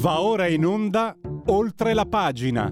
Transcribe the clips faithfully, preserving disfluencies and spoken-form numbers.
Va ora in onda Oltre la pagina.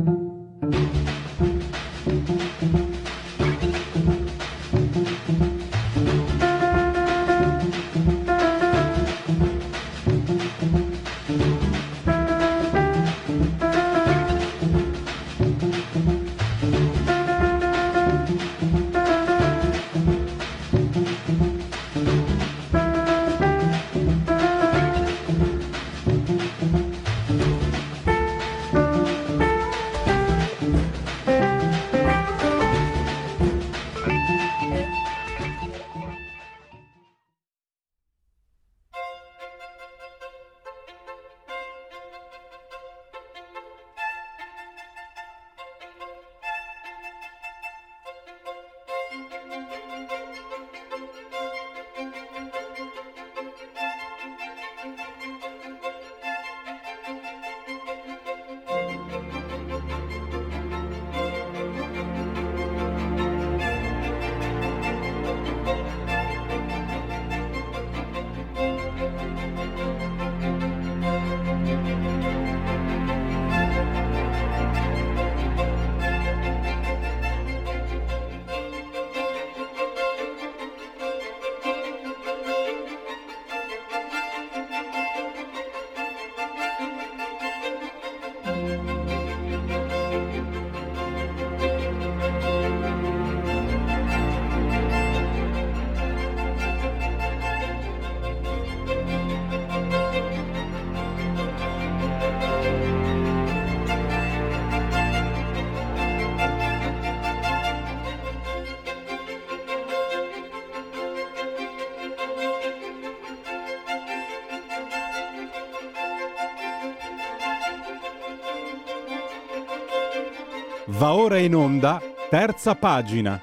Va ora in onda Terza pagina.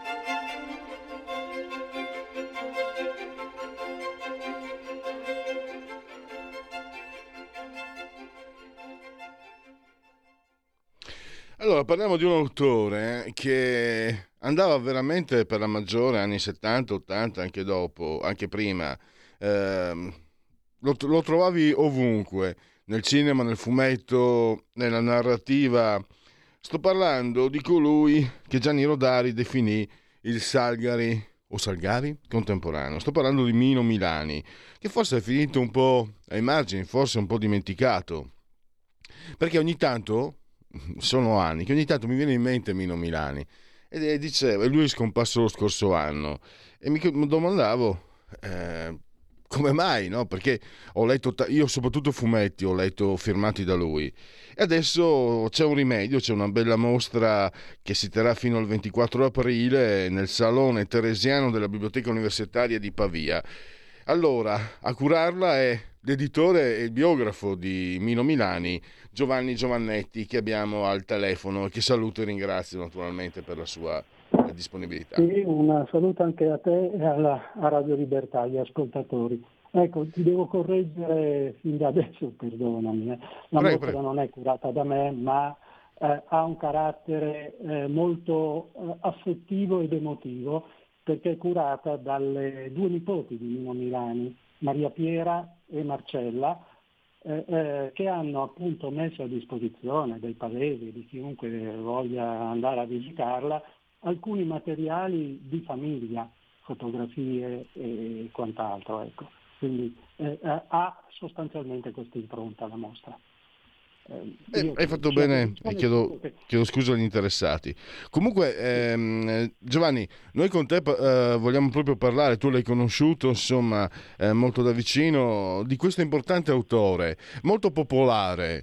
Allora, parliamo di un autore che andava veramente per la maggiore anni settanta, ottanta, anche dopo, anche prima. Eh, lo, lo trovavi ovunque, nel cinema, nel fumetto, nella narrativa. Sto parlando di colui che Gianni Rodari definì il Salgari o Salgari contemporaneo. Sto parlando di Mino Milani, che forse è finito un po' ai margini, forse un po' dimenticato, perché ogni tanto, sono anni, che ogni tanto mi viene in mente Mino Milani, e diceva, e lui è scomparso lo scorso anno, e mi domandavo eh, come mai, no? Perché ho letto, io soprattutto fumetti ho letto firmati da lui, e adesso c'è un rimedio, c'è una bella mostra che si terrà fino al ventiquattro aprile nel Salone Teresiano della Biblioteca Universitaria di Pavia. Allora, a curarla è l'editore e il biografo di Mino Milani, Giovanni Giovannetti, che abbiamo al telefono e che saluto e ringrazio naturalmente per la sua disponibilità. Sì, un saluto anche a te e alla, a Radio Libertà, agli ascoltatori. Ecco, ti devo correggere fin da adesso, perdonami, eh. la prego, mostra prego. non è curata da me, ma eh, ha un carattere eh, molto eh, affettivo ed emotivo, perché è curata dalle due nipoti di Mino Milani, Maria Piera e Marcella, eh, eh, che hanno appunto messo a disposizione dei pavesi, di chiunque voglia andare a visitarla, alcuni materiali di famiglia, fotografie e quant'altro, ecco. Quindi eh, ha sostanzialmente questa impronta la mostra. Eh, hai fatto bene, e chiedo, chiedo scusa agli interessati. Comunque, ehm, Giovanni, noi con te eh, vogliamo proprio parlare, tu l'hai conosciuto, insomma, eh, molto da vicino, di questo importante autore, molto popolare.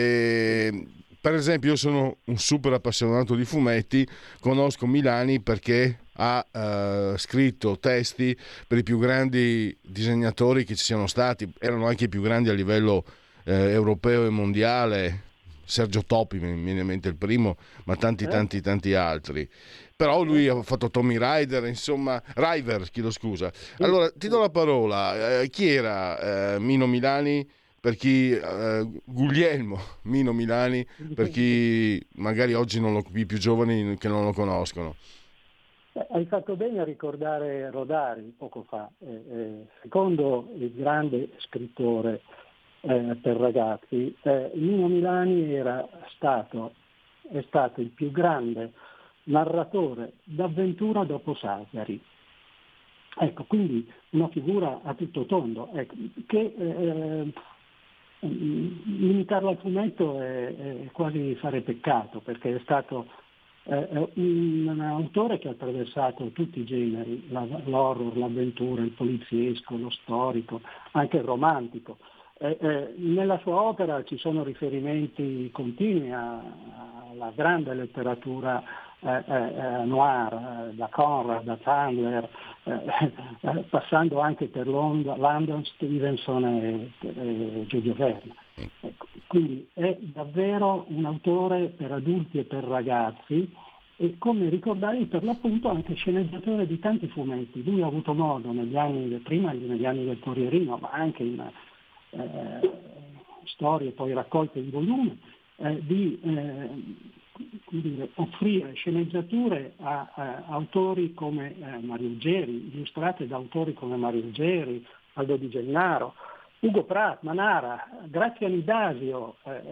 E, per esempio, io sono un super appassionato di fumetti, conosco Milani perché ha eh, scritto testi per i più grandi disegnatori che ci siano stati, erano anche i più grandi a livello Eh, europeo e mondiale. Sergio Topi mi viene in mente il primo, ma tanti tanti tanti altri. Però lui ha fatto Tommy Rider, insomma, River, chiedo scusa. Allora ti do la parola. Eh, chi era eh, Mino Milani? Per chi eh, Guglielmo Mino Milani, per chi magari oggi non lo, i più giovani che non lo conoscono. Eh, hai fatto bene a ricordare Rodari poco fa. Eh, eh, secondo il grande scrittore eh, per ragazzi, eh, Nino Milani era stato, è stato il più grande narratore d'avventura dopo Sassari. Ecco, quindi una figura a tutto tondo, ecco, che eh, limitarlo al fumetto è, è quasi fare peccato, perché è stato eh, un, un autore che ha attraversato tutti i generi, la, l'horror, l'avventura, il poliziesco, lo storico, anche il romantico. Eh, eh, nella sua opera ci sono riferimenti continui a- alla grande letteratura eh, eh, noir, eh, da Conrad, da Chandler, eh, eh, passando anche per Lond- Landon, Stevenson e, e Giulio Verne. Ecco, quindi è davvero un autore per adulti e per ragazzi, e come ricordavi per l'appunto anche sceneggiatore di tanti fumetti. Lui ha avuto modo negli anni, prima negli anni del Corrierino, ma anche in eh, storie poi raccolte in volume, eh, di eh, come dire, offrire sceneggiature a, a autori come eh, Mario Ugeri, illustrate da autori come Mario Ugeri, Aldo Di Gennaro, Ugo Pratt, Manara, Graziani Dasio, eh,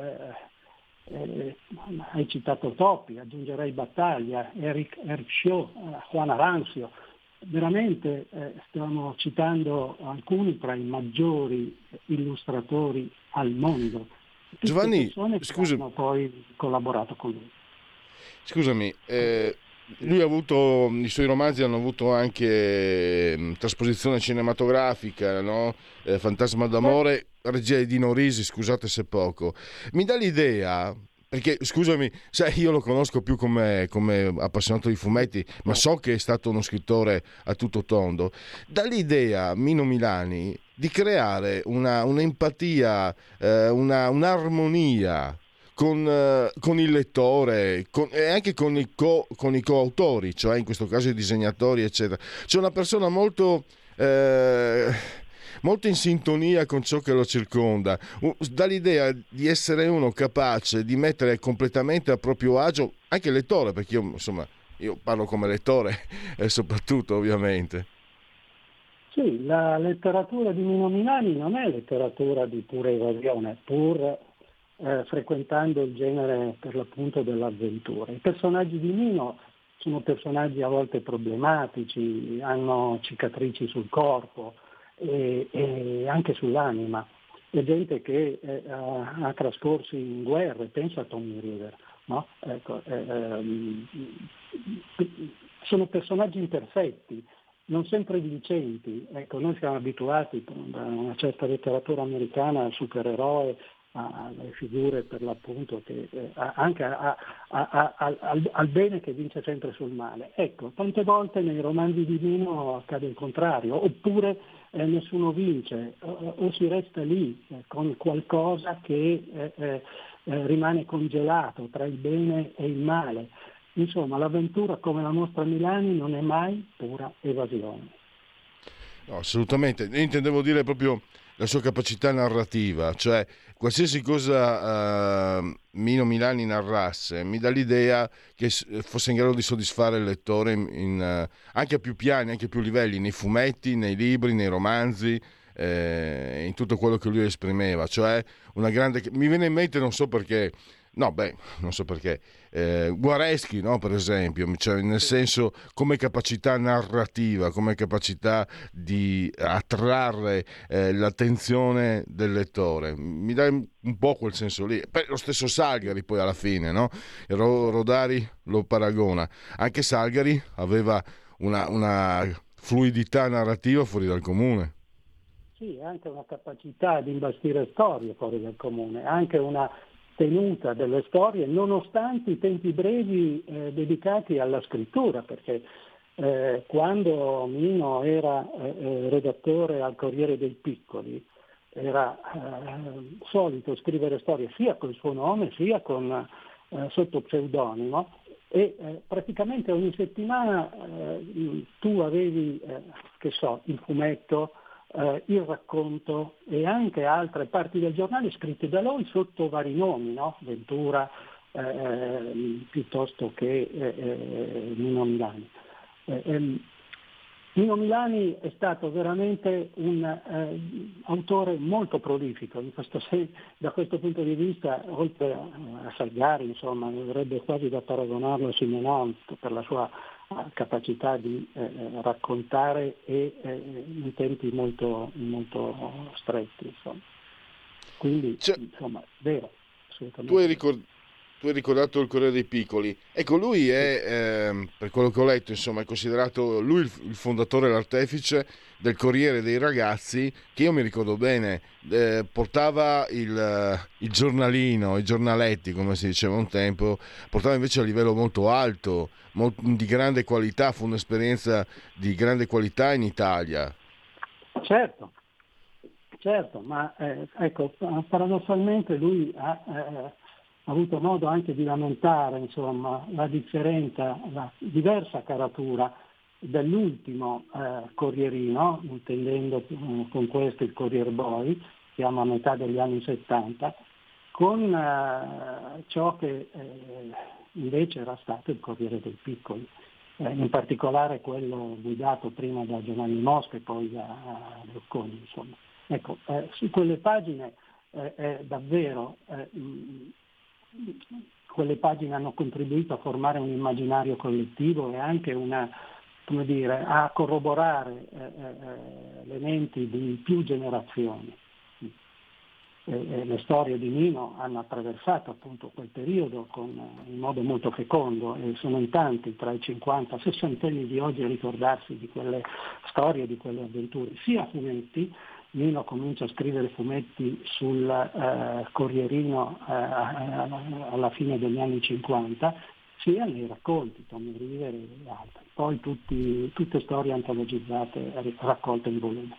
eh, hai citato Topi, aggiungerei Battaglia, Eric, Eric Shaw, eh, Juan Arancio. Veramente eh, stiamo citando alcuni tra i maggiori illustratori al mondo. Tutte Giovanni, persone che scusa, hanno poi collaborato con lui. scusami, eh, lui ha avuto, i suoi romanzi hanno avuto anche mh, trasposizione cinematografica, no? Eh, Fantasma d'amore, regia di Dino Risi, scusate se poco. Mi dà l'idea, perché scusami, sai, io lo conosco più come, come appassionato di fumetti, ma so che è stato uno scrittore a tutto tondo. Dà l'idea, Mino Milani, di creare una, un'empatia, eh, una, un'armonia con, eh, con il lettore con, e anche con i, co, con i coautori, cioè in questo caso i disegnatori, eccetera. C'è una persona molto... Eh, molto in sintonia con ciò che lo circonda, dà l'idea di essere uno capace di mettere completamente a proprio agio anche il lettore, perché io insomma io parlo come lettore e soprattutto ovviamente. Sì, la letteratura di Mino Milani non è letteratura di pura evasione, pur eh, frequentando il genere per l'appunto dell'avventura. I personaggi di Mino sono personaggi a volte problematici, hanno cicatrici sul corpo e, e anche sull'anima. È gente che eh, ha, ha trascorso in guerre, pensa a Tommy River, no? Ecco, eh, ehm, sono personaggi imperfetti, non sempre vincenti. Ecco, noi siamo abituati da una certa letteratura americana al supereroe, alle figure per l'appunto che eh, anche a, a, a, al, al bene che vince sempre sul male. Ecco, tante volte nei romanzi di Dino accade il contrario, oppure eh, nessuno vince o, o si resta lì eh, con qualcosa che eh, eh, rimane congelato tra il bene e il male. Insomma, l'avventura come la mostra Milani non è mai pura evasione. No, assolutamente, io intendevo dire proprio la sua capacità narrativa, cioè qualsiasi cosa uh, Mino Milani narrasse mi dà l'idea che fosse in grado di soddisfare il lettore in, in, uh, anche a più piani, anche a più livelli, nei fumetti, nei libri, nei romanzi, eh, in tutto quello che lui esprimeva, cioè una grande... Mi viene in mente, non so perché, no, beh, non so perché, eh, Guareschi, no, per esempio, cioè, nel senso come capacità narrativa, come capacità di attrarre eh, l'attenzione del lettore. Mi dà un po' quel senso lì. Beh, lo stesso Salgari poi alla fine, no? Rodari lo paragona. Anche Salgari aveva una, una fluidità narrativa fuori dal comune. Sì, anche una capacità di imbastire storie fuori dal comune, anche una tenuta delle storie nonostante i tempi brevi eh, dedicati alla scrittura, perché eh, quando Mino era eh, redattore al Corriere dei Piccoli era eh, solito scrivere storie sia col suo nome sia con, eh, sotto pseudonimo, e eh, praticamente ogni settimana eh, tu avevi eh, che so, il fumetto, Uh, il racconto e anche altre parti del giornale scritte da lui sotto vari nomi, no? Ventura eh, piuttosto che eh, Nino Milani. Eh, ehm, Nino Milani è stato veramente un eh, autore molto prolifico, in questo sen- da questo punto di vista, oltre a Salgari, insomma, avrebbe quasi da paragonarlo a Simenon per la sua eh, capacità di eh, raccontare e eh, in tempi molto, molto stretti. Insomma. Quindi, Cioè, insomma, vero, tu hai assolutamente. ricordato Tu hai ricordato il Corriere dei Piccoli. Ecco, lui è, ehm, per quello che ho letto, insomma, è considerato lui il, il fondatore e l'artefice del Corriere dei Ragazzi, che io mi ricordo bene, eh, portava il, eh, il giornalino, i giornaletti, come si diceva un tempo, portava invece a livello molto alto, mol- di grande qualità, fu un'esperienza di grande qualità in Italia. Certo, certo, ma eh, ecco, paradossalmente lui ha eh, avuto modo anche di lamentare, insomma, la differenza, la diversa caratura dell'ultimo eh, Corrierino, intendendo eh, con questo il Corrier Boy, siamo a metà degli anni settanta, con eh, ciò che eh, invece era stato il Corriere dei Piccoli, eh, in particolare quello guidato prima da Giovanni Mosca e poi da da Bocconi, insomma. Ecco, eh, su quelle pagine eh, è davvero eh, mh, quelle pagine hanno contribuito a formare un immaginario collettivo e anche una, come dire, a corroborare eh, eh, elementi di più generazioni. E, e le storie di Nino hanno attraversato appunto quel periodo con, in modo molto fecondo e sono in tanti tra i cinquanta e sessanta anni di oggi a ricordarsi di quelle storie, di quelle avventure, sia fumetti. Nino comincia a scrivere fumetti sul eh, Corrierino eh, alla fine degli anni cinquanta, sia nei racconti, Tommy River e altri. Poi tutti, tutte storie antologizzate, raccolte in volume.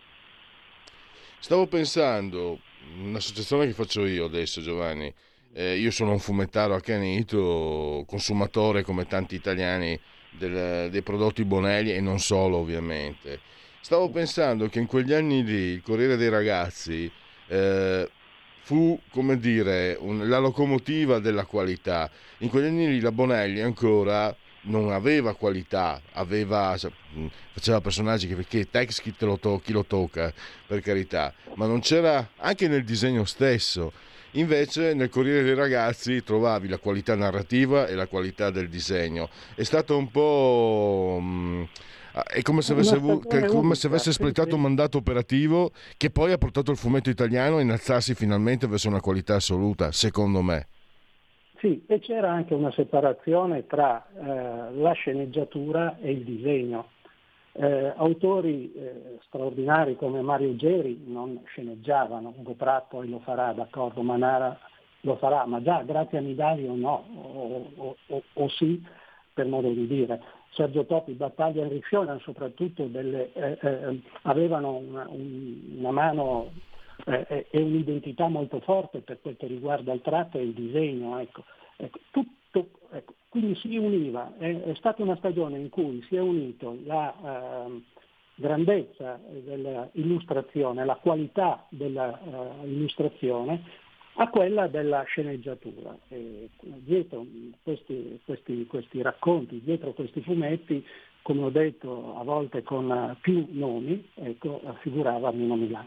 Stavo pensando, un'associazione che faccio io adesso, Giovanni, eh, io sono un fumettaro accanito, consumatore come tanti italiani del- dei prodotti Bonelli e non solo ovviamente. Stavo pensando che in quegli anni lì il Corriere dei Ragazzi eh, fu, come dire, un- la locomotiva della qualità. In quegli anni lì la Bonelli ancora non aveva qualità, aveva, faceva personaggi che, che Tex chi te lo, to- chi lo tocca, per carità, ma non c'era anche nel disegno stesso. Invece nel Corriere dei Ragazzi trovavi la qualità narrativa e la qualità del disegno. È stato un po'... mh, è come se avesse, Una avu- che- stagione come se unica, avesse sì, espletato un sì. mandato operativo che poi ha portato il fumetto italiano a innalzarsi finalmente verso una qualità assoluta, secondo me. Sì, e c'era anche una separazione tra eh, la sceneggiatura e il disegno. Eh, autori eh, straordinari come Mario Geri non sceneggiavano, Goprat poi lo farà, d'accordo, Manara lo farà, ma già grazie a Midalio no, o, o, o, o sì, per modo di dire. Sergio Topi, Battaglia e Riccione soprattutto delle, eh, eh, avevano una, un, una mano eh, e un'identità molto forte per quel che riguarda il tratto e il disegno. Ecco. Ecco, tutto, ecco, quindi si univa, è, è stata una stagione in cui si è unito la eh, grandezza dell'illustrazione, la qualità dell'illustrazione a quella della sceneggiatura. E dietro questi, questi, questi racconti, dietro questi fumetti, come ho detto, a volte con più nomi, ecco, figurava Nino Milani.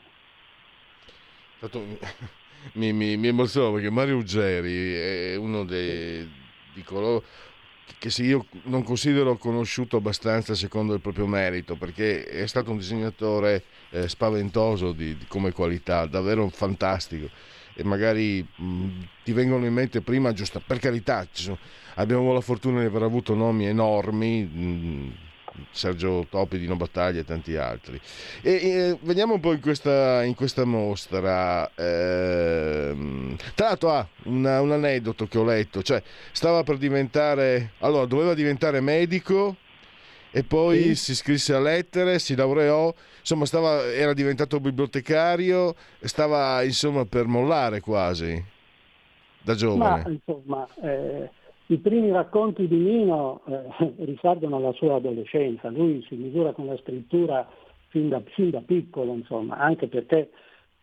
Mi, mi, mi emoziono perché Mario Ruggeri è uno dei, di coloro che se io non considero conosciuto abbastanza secondo il proprio merito, perché è stato un disegnatore eh, spaventoso di, di come qualità, davvero fantastico. E magari mh, ti vengono in mente prima, giusto per carità, ci sono, abbiamo la fortuna di aver avuto nomi enormi, mh, Sergio Topi, Dino Battaglia e tanti altri. E, e veniamo un po' in questa, in questa mostra. Ehm, tra l'altro ha una- un aneddoto che ho letto, cioè stava per diventare, allora doveva diventare medico e poi Sì? si iscrisse a lettere, si laureò, insomma stava, era diventato bibliotecario, stava insomma per mollare quasi da Ma giovane. insomma, eh, i primi racconti di Nino eh, risalgono alla sua adolescenza. Lui si misura con la scrittura fin da, fin da piccolo, insomma, anche perché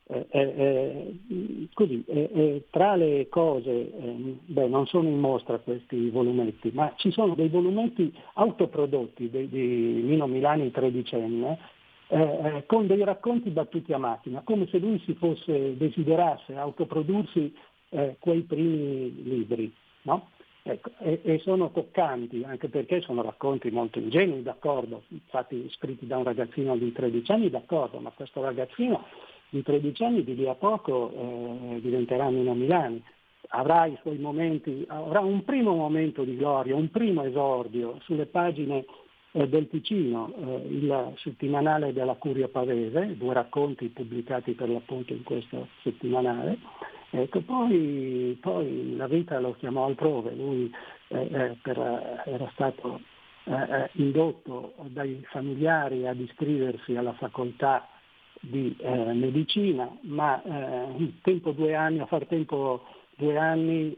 Eh, eh, così, eh, eh, tra le cose, eh, beh, non sono in mostra questi volumetti, ma ci sono dei volumetti autoprodotti di, di Mino Milani tredicenne, eh, eh, con dei racconti battuti a macchina, come se lui si fosse, desiderasse autoprodursi eh, quei primi libri, no? Ecco, e, e sono toccanti, anche perché sono racconti molto ingenui, d'accordo, infatti scritti da un ragazzino di tredici anni, d'accordo, ma questo ragazzino di tredici anni di lì a poco eh, diventerà Mino Milani, avrà i suoi momenti, avrà un primo momento di gloria, un primo esordio sulle pagine eh, del Ticino, eh, il settimanale della Curia Pavese, due racconti pubblicati per l'appunto in questo settimanale. Ecco, poi, poi la vita lo chiamò altrove, lui eh, eh, per, era stato eh, indotto dai familiari ad iscriversi alla facoltà di eh, medicina, ma eh, tempo due anni, a far tempo due anni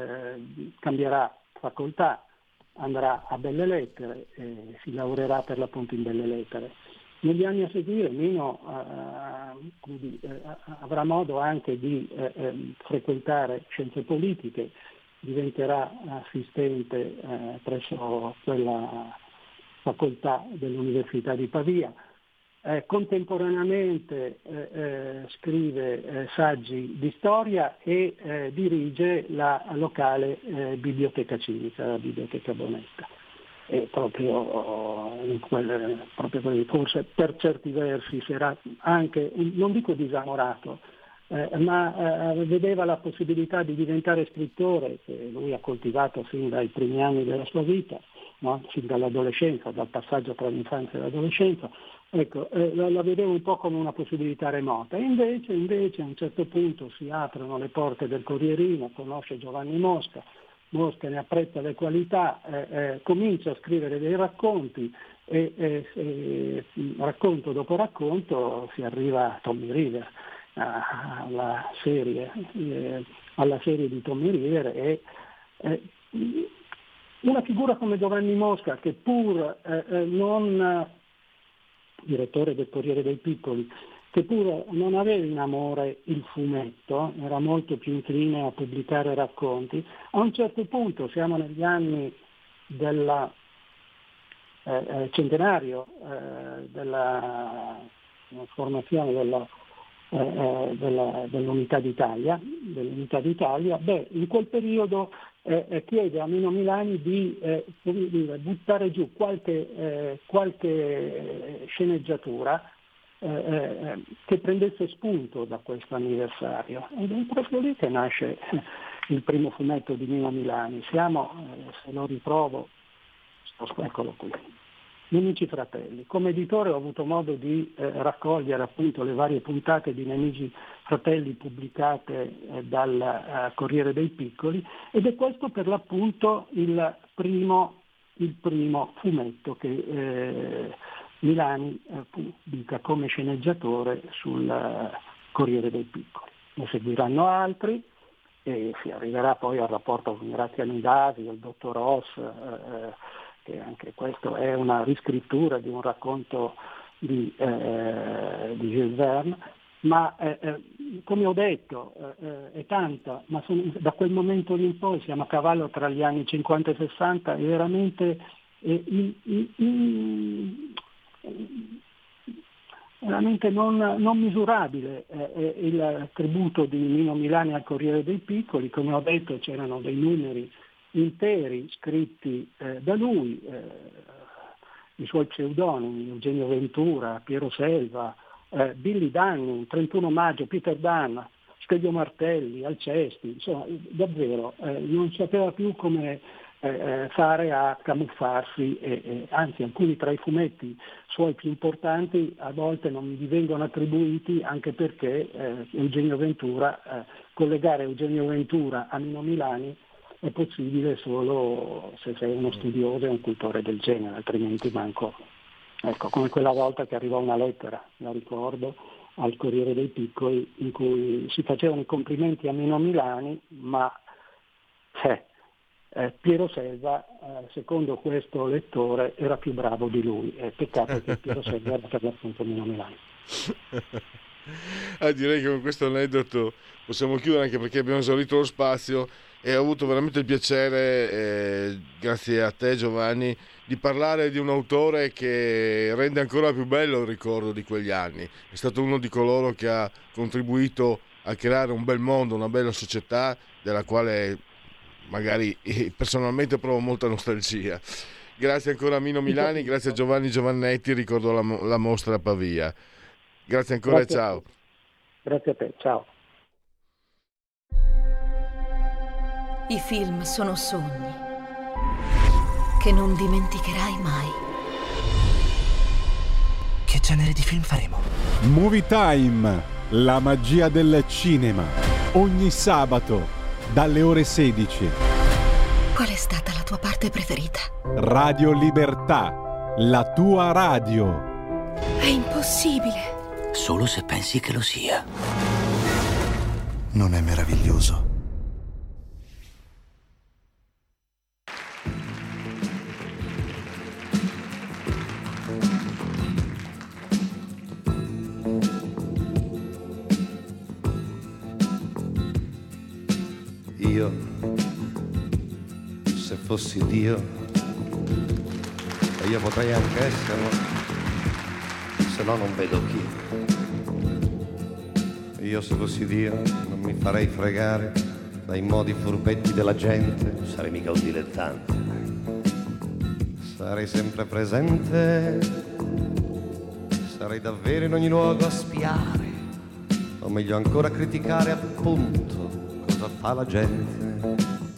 eh, cambierà facoltà, andrà a Belle Lettere e si laureerà per l'appunto in Belle Lettere. Negli anni a seguire Mino eh, quindi, eh, avrà modo anche di eh, eh, frequentare scienze politiche, diventerà assistente eh, presso quella facoltà dell'Università di Pavia. Eh, contemporaneamente eh, eh, scrive eh, saggi di storia e eh, dirige la locale eh, biblioteca civica, la biblioteca Bonetta. E proprio, in quel, proprio così, forse per certi versi si era anche, non dico disamorato, eh, ma eh, vedeva la possibilità di diventare scrittore, che lui ha coltivato fin dai primi anni della sua vita, no? Fin dall'adolescenza, dal passaggio tra l'infanzia e l'adolescenza. Ecco, eh, la, la vedevo un po' come una possibilità remota. E invece, invece a un certo punto si aprono le porte del Corrierino, conosce Giovanni Mosca, Mosca ne apprezza le qualità, eh, eh, comincia a scrivere dei racconti e eh, eh, racconto dopo racconto si arriva a Tommy River, alla serie, eh, alla serie di Tommy River e eh, una figura come Giovanni Mosca, che pur eh, eh, non direttore del Corriere dei Piccoli, che pure non aveva in amore il fumetto, era molto più incline a pubblicare racconti, a un certo punto, siamo negli anni del eh, centenario eh, della formazione della, eh, della, dell'Unità d'Italia, dell'Unità d'Italia, beh, in quel periodo eh, chiede a Mino Milani di eh, come dire, buttare giù qualche, eh, qualche sceneggiatura Eh, eh, che prendesse spunto da questo anniversario, ed è proprio lì che nasce il primo fumetto di Mino Milani. Siamo, eh, se lo ritrovo, eccolo qui, Nemici Fratelli. Come editore ho avuto modo di eh, raccogliere appunto le varie puntate di Nemici Fratelli pubblicate eh, dal eh, Corriere dei Piccoli, ed è questo per l'appunto il primo, il primo fumetto che eh, Milani eh, pubblica come sceneggiatore sul uh, Corriere dei Piccoli. Ne seguiranno altri e si arriverà poi al rapporto con Graziani Davide, il dottor Ross, eh, che anche questo è una riscrittura di un racconto di, eh, di Jules Verne, ma eh, eh, come ho detto eh, è tanta, ma sono, da quel momento in poi siamo a cavallo tra gli anni cinquanta e sessanta, è veramente eh, in, in, in, veramente non, non misurabile eh, il tributo di Mino Milani al Corriere dei Piccoli. Come ho detto, c'erano dei numeri interi scritti eh, da lui, eh, i suoi pseudonimi Eugenio Ventura, Piero Selva, eh, Billy Danni, trentuno maggio, Peter Dunn, Stelvio Martelli, Alcesti, insomma davvero eh, non sapeva più come Eh, fare a camuffarsi, e, e, anzi alcuni tra i fumetti suoi più importanti a volte non gli vengono attribuiti, anche perché eh, Eugenio Ventura, eh, collegare Eugenio Ventura a Mino Milani è possibile solo se sei uno studioso e un cultore del genere, altrimenti manco. Ecco, come quella volta che arrivò una lettera, la ricordo, al Corriere dei Piccoli, in cui si facevano i complimenti a Mino Milani, ma eh, Eh, Piero Selva, eh, secondo questo lettore, era più bravo di lui. Eh, peccato che Piero Selva era per l'appunto Mino Milani. Ah, direi che con questo aneddoto possiamo chiudere, anche perché abbiamo esaurito lo spazio e ho avuto veramente il piacere, eh, grazie a te Giovanni, di parlare di un autore che rende ancora più bello il ricordo di quegli anni. È stato uno di coloro che ha contribuito a creare un bel mondo, una bella società della quale magari personalmente provo molta nostalgia. Grazie ancora a Mino Milani, grazie a Giovanni Giovannetti, ricordo la, la mostra a Pavia. Grazie ancora grazie e ciao. Grazie a te, ciao. I film sono sogni che non dimenticherai mai. Che genere di film faremo? Movie Time, la magia del cinema. Ogni sabato, dalle ore sedici. Qual è stata la tua parte preferita? Radio Libertà, la tua radio. È impossibile. Solo se pensi che lo sia. Non è meraviglioso? Io, se fossi Dio, e io potrei anche esserlo, se no non vedo chi. Io se fossi Dio non mi farei fregare dai modi furbetti della gente, sarei mica un dilettante. Sarei sempre presente, sarei davvero in ogni luogo a spiare, o meglio ancora a criticare appunto cosa fa la gente.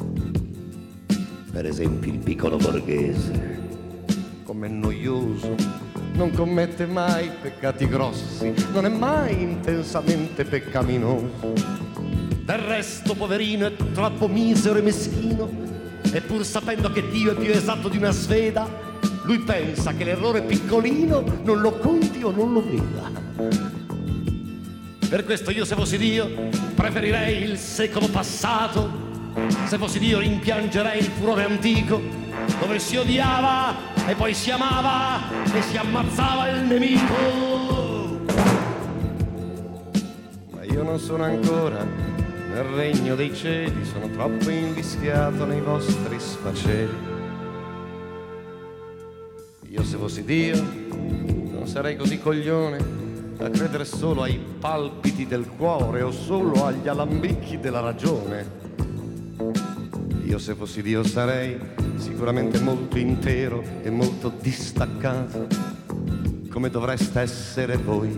Per esempio il piccolo borghese, com'è noioso, non commette mai peccati grossi, non è mai intensamente peccaminoso. Del resto poverino è troppo misero e meschino, e pur sapendo che Dio è più esatto di una sveda, lui pensa che l'errore piccolino non lo conti o non lo veda. Per questo io se fossi Dio preferirei il secolo passato, se fossi Dio rimpiangerei il furore antico, dove si odiava e poi si amava e si ammazzava il nemico. Ma io non sono ancora nel regno dei cieli, sono troppo invischiato nei vostri sfaceli. Io se fossi Dio non sarei così coglione da credere solo ai palpiti del cuore o solo agli alambicchi della ragione. Io se fossi Dio sarei sicuramente molto intero e molto distaccato, come dovreste essere voi.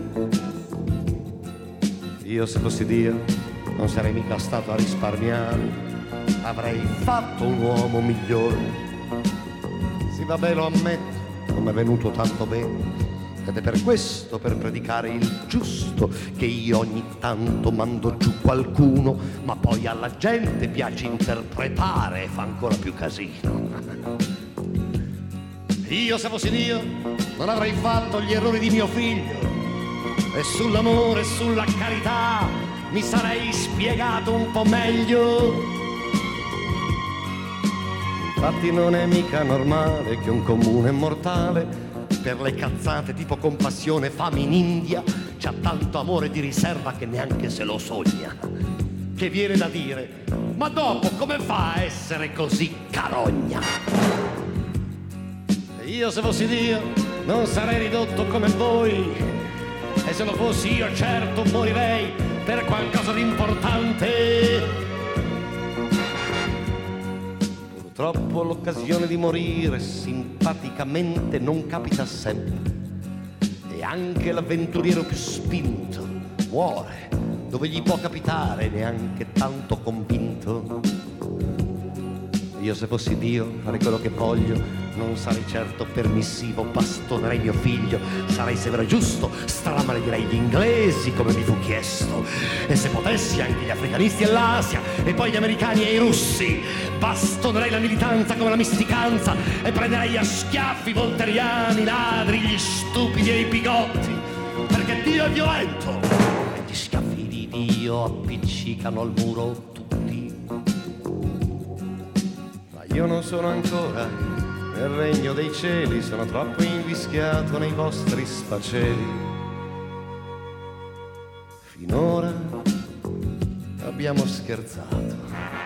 Io se fossi Dio non sarei mica stato a risparmiare, avrei fatto un uomo migliore. Sì, vabbè, lo ammetto, non mi è venuto tanto bene, ed è per questo, per predicare il giusto, che io ogni tanto mando giù qualcuno, ma poi alla gente piace interpretare e fa ancora più casino. Io se fossi Dio non avrei fatto gli errori di mio figlio, e sull'amore e sulla carità mi sarei spiegato un po' meglio. Infatti non è mica normale che un comune mortale per le cazzate tipo compassione, fame in India, c'ha tanto amore di riserva che neanche se lo sogna. Che viene da dire, ma dopo come fa a essere così carogna? E io se fossi Dio non sarei ridotto come voi, e se lo fossi io certo morirei per qualcosa di importante. Purtroppo l'occasione di morire simpaticamente non capita sempre, e anche l'avventuriero più spinto muore dove gli può capitare, neanche tanto convinto. Io se fossi Dio farei quello che voglio, non sarei certo permissivo, bastonerei mio figlio, sarei severo e giusto, stramaledierei gli inglesi come mi fu chiesto, e se potessi anche gli africanisti e l'Asia, e poi gli americani e i russi, bastonerei la militanza come la misticanza, e prenderei a schiaffi i volteriani, i ladri, gli stupidi e i bigotti, perché Dio è violento, e gli schiaffi di Dio appiccicano al muro tutti. Ma io non sono ancora nel regno dei cieli, sono troppo invischiato nei vostri sfaceli. Finora abbiamo scherzato,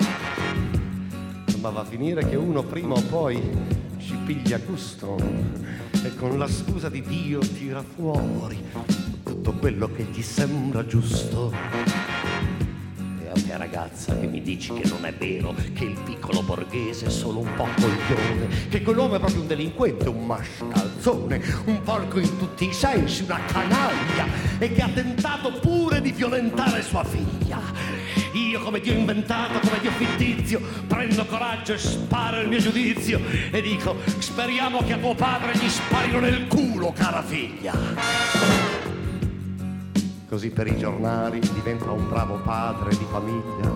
ma va a finire che uno prima o poi ci piglia gusto e con la scusa di Dio tira fuori tutto quello che gli sembra giusto. E a te ragazza che mi dici che non è vero, che il piccolo borghese è solo un po' coglione, che quell'uomo è proprio un delinquente, un mascalzone, un porco in tutti i sensi, una canaglia, e che ha tentato pure di violentare sua figlia. Io come Dio inventato, come Dio fittizio, prendo coraggio e sparo il mio giudizio e dico: speriamo che a tuo padre gli sparino nel culo, cara figlia. Così per i giornali diventa un bravo padre di famiglia.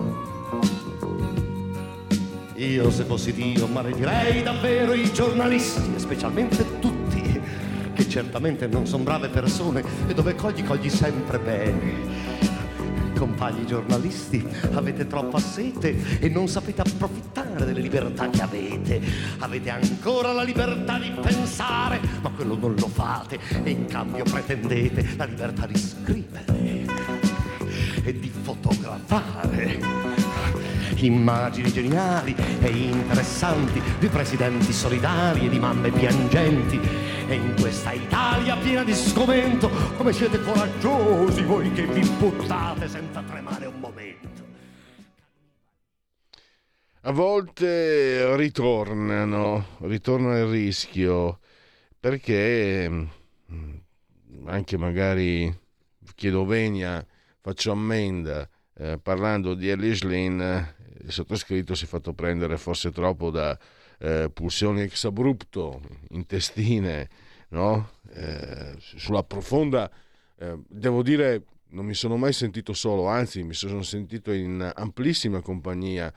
Io se fossi Dio maledirei davvero i giornalisti, e specialmente tutti, che certamente non sono brave persone e dove cogli cogli sempre bene. Compagni giornalisti, avete troppa sete e non sapete approfittare delle libertà che avete. Avete ancora la libertà di pensare, ma quello non lo fate, e in cambio pretendete la libertà di scrivere e di fotografare. Immagini geniali e interessanti di presidenti solidari e di mamme piangenti. E in questa Italia piena di sgomento, come siete coraggiosi voi che vi buttate senza tremare un momento. A volte ritornano, ritorna il rischio, perché anche magari chiedo venia, faccio ammenda, eh, parlando di Ellis Lane, il sottoscritto si è fatto prendere forse troppo da eh, pulsioni ex abrupto, intestine, no? Eh, sulla profonda, eh, devo dire, non mi sono mai sentito solo, anzi mi sono sentito in amplissima compagnia,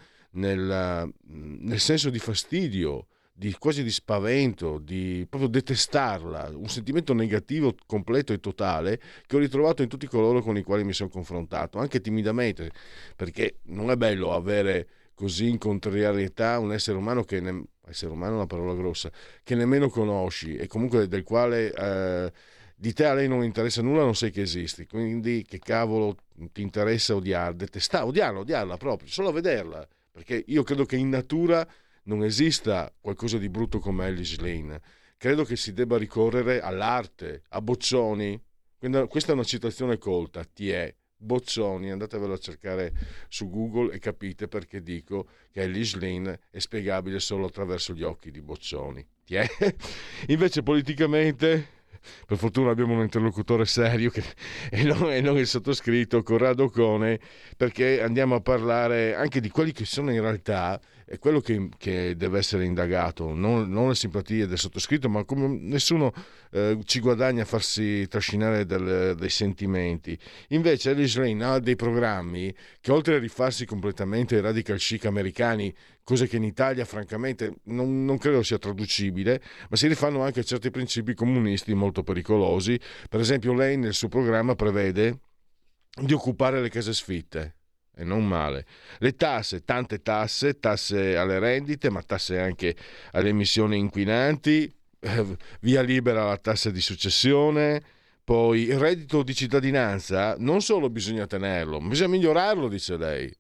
nel, nel senso di fastidio, di quasi di spavento, di proprio detestarla, un sentimento negativo completo e totale che ho ritrovato in tutti coloro con i quali mi sono confrontato, anche timidamente, perché non è bello avere così in contrarietà un essere umano che ne, essere umano è una parola grossa, che nemmeno conosci e comunque del quale eh, di te a lei non interessa nulla, non sai che esisti, quindi che cavolo ti interessa odiare, detestare, odiarla, odiarla proprio, solo a vederla, perché io credo che in natura non esista qualcosa di brutto come Ellis Lane. Credo che si debba ricorrere all'arte, a Boccioni. Questa è una citazione colta, ti è Boccioni, andatevelo a cercare su Google e capite perché dico che Ellis Lane è spiegabile solo attraverso gli occhi di Boccioni. Ti è? Invece politicamente, per fortuna abbiamo un interlocutore serio che, e, non, e non il sottoscritto Corrado Cone, perché andiamo a parlare anche di quelli che sono in realtà è quello che, che deve essere indagato, non, non le simpatie del sottoscritto, ma come nessuno eh, ci guadagna a farsi trascinare del, dei sentimenti. Invece Ellis Lane ha dei programmi che, oltre a rifarsi completamente ai radical chic americani, cosa che in Italia francamente non, non credo sia traducibile, ma si rifanno anche a certi principi comunisti molto pericolosi. Per esempio lei nel suo programma prevede di occupare le case sfitte, e non male, le tasse, tante tasse, tasse alle rendite, ma tasse anche alle emissioni inquinanti, eh, via libera alla tassa di successione. Poi il reddito di cittadinanza non solo bisogna tenerlo, ma bisogna migliorarlo, dice lei.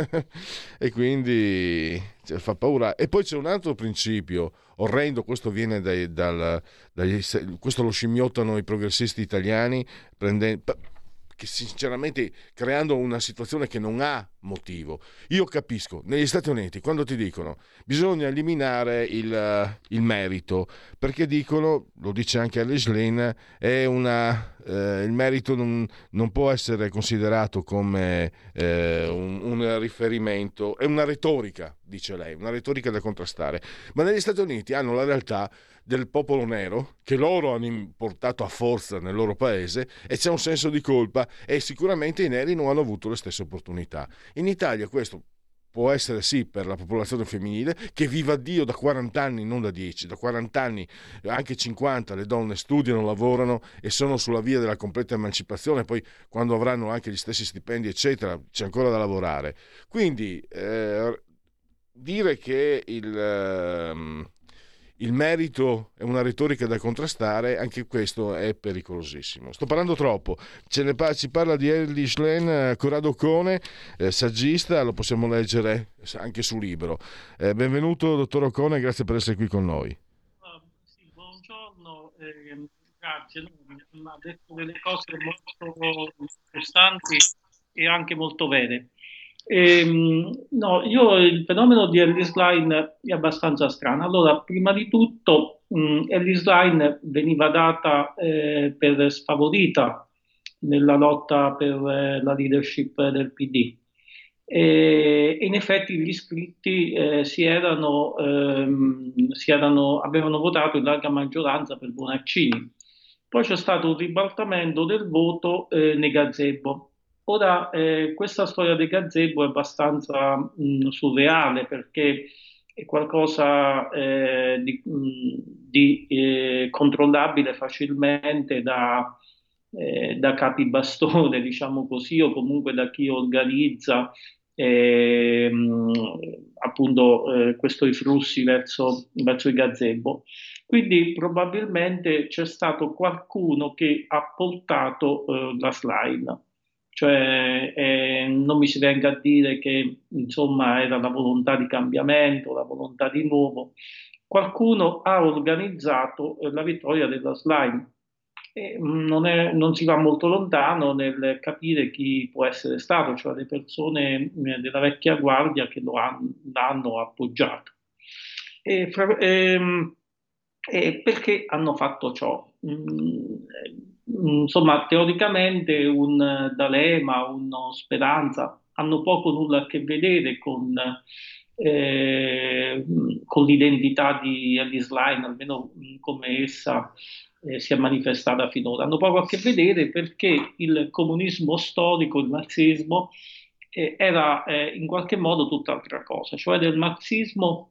E quindi cioè, fa paura. E poi c'è un altro principio orrendo, questo viene dai, dal, dagli, questo lo scimmiottano i progressisti italiani, prendendo, che sinceramente creando una situazione che non ha motivo. Io capisco, negli Stati Uniti quando ti dicono bisogna eliminare il, il merito, perché dicono, lo dice anche Ellis Lane, è una, eh, il merito non, non può essere considerato come eh, un, un riferimento, è una retorica, dice lei, una retorica da contrastare. Ma negli Stati Uniti hanno la realtà del popolo nero che loro hanno importato a forza nel loro paese, e c'è un senso di colpa, e sicuramente i neri non hanno avuto le stesse opportunità. In Italia questo può essere sì per la popolazione femminile, che viva Dio da quaranta anni, non da dieci, da quaranta anni, anche cinquanta, le donne studiano, lavorano e sono sulla via della completa emancipazione, poi quando avranno anche gli stessi stipendi eccetera c'è ancora da lavorare. Quindi eh, dire che il... Eh, il merito è una retorica da contrastare, anche questo è pericolosissimo. Sto parlando troppo, Ce ne pa- ci parla di Elly Schlein, Corrado Ocone, eh, saggista, lo possiamo leggere anche su libro. Eh, benvenuto dottor Ocone, grazie per essere qui con noi. Uh, sì, buongiorno, eh, grazie, mi ha detto delle cose molto interessanti e anche molto vere. Ehm, no, io il fenomeno di Elly Schlein è abbastanza strano. Allora, prima di tutto, mh, Elly Schlein veniva data eh, per sfavorita nella lotta per eh, la leadership del P D. E in effetti gli iscritti eh, si erano, ehm, si erano, avevano votato in larga maggioranza per Bonaccini. Poi c'è stato un ribaltamento del voto eh, nei gazebo. Ora, eh, questa storia dei gazebo è abbastanza mh, surreale perché è qualcosa eh, di, mh, di eh, controllabile facilmente da, eh, da capi bastone, diciamo così, o comunque da chi organizza eh, mh, appunto eh, questi flussi verso, verso il gazebo. Quindi probabilmente c'è stato qualcuno che ha portato eh, la slide. Cioè, eh, non mi si venga a dire che insomma era la volontà di cambiamento, la volontà di nuovo. Qualcuno ha organizzato eh, la vittoria della slime. E, mh, non, è- non si va molto lontano nel capire chi può essere stato, cioè le persone eh, della vecchia guardia che lo han- l'hanno appoggiato. E fra- ehm, e perché hanno fatto ciò? Mm, eh, insomma, teoricamente un eh, D'Alema, uno Speranza hanno poco nulla a che vedere con, eh, con l'identità di Elly Schlein, almeno mm, come essa eh, si è manifestata finora. Hanno poco a che vedere perché il comunismo storico, il marxismo, eh, era eh, in qualche modo tutt'altra cosa, cioè del marxismo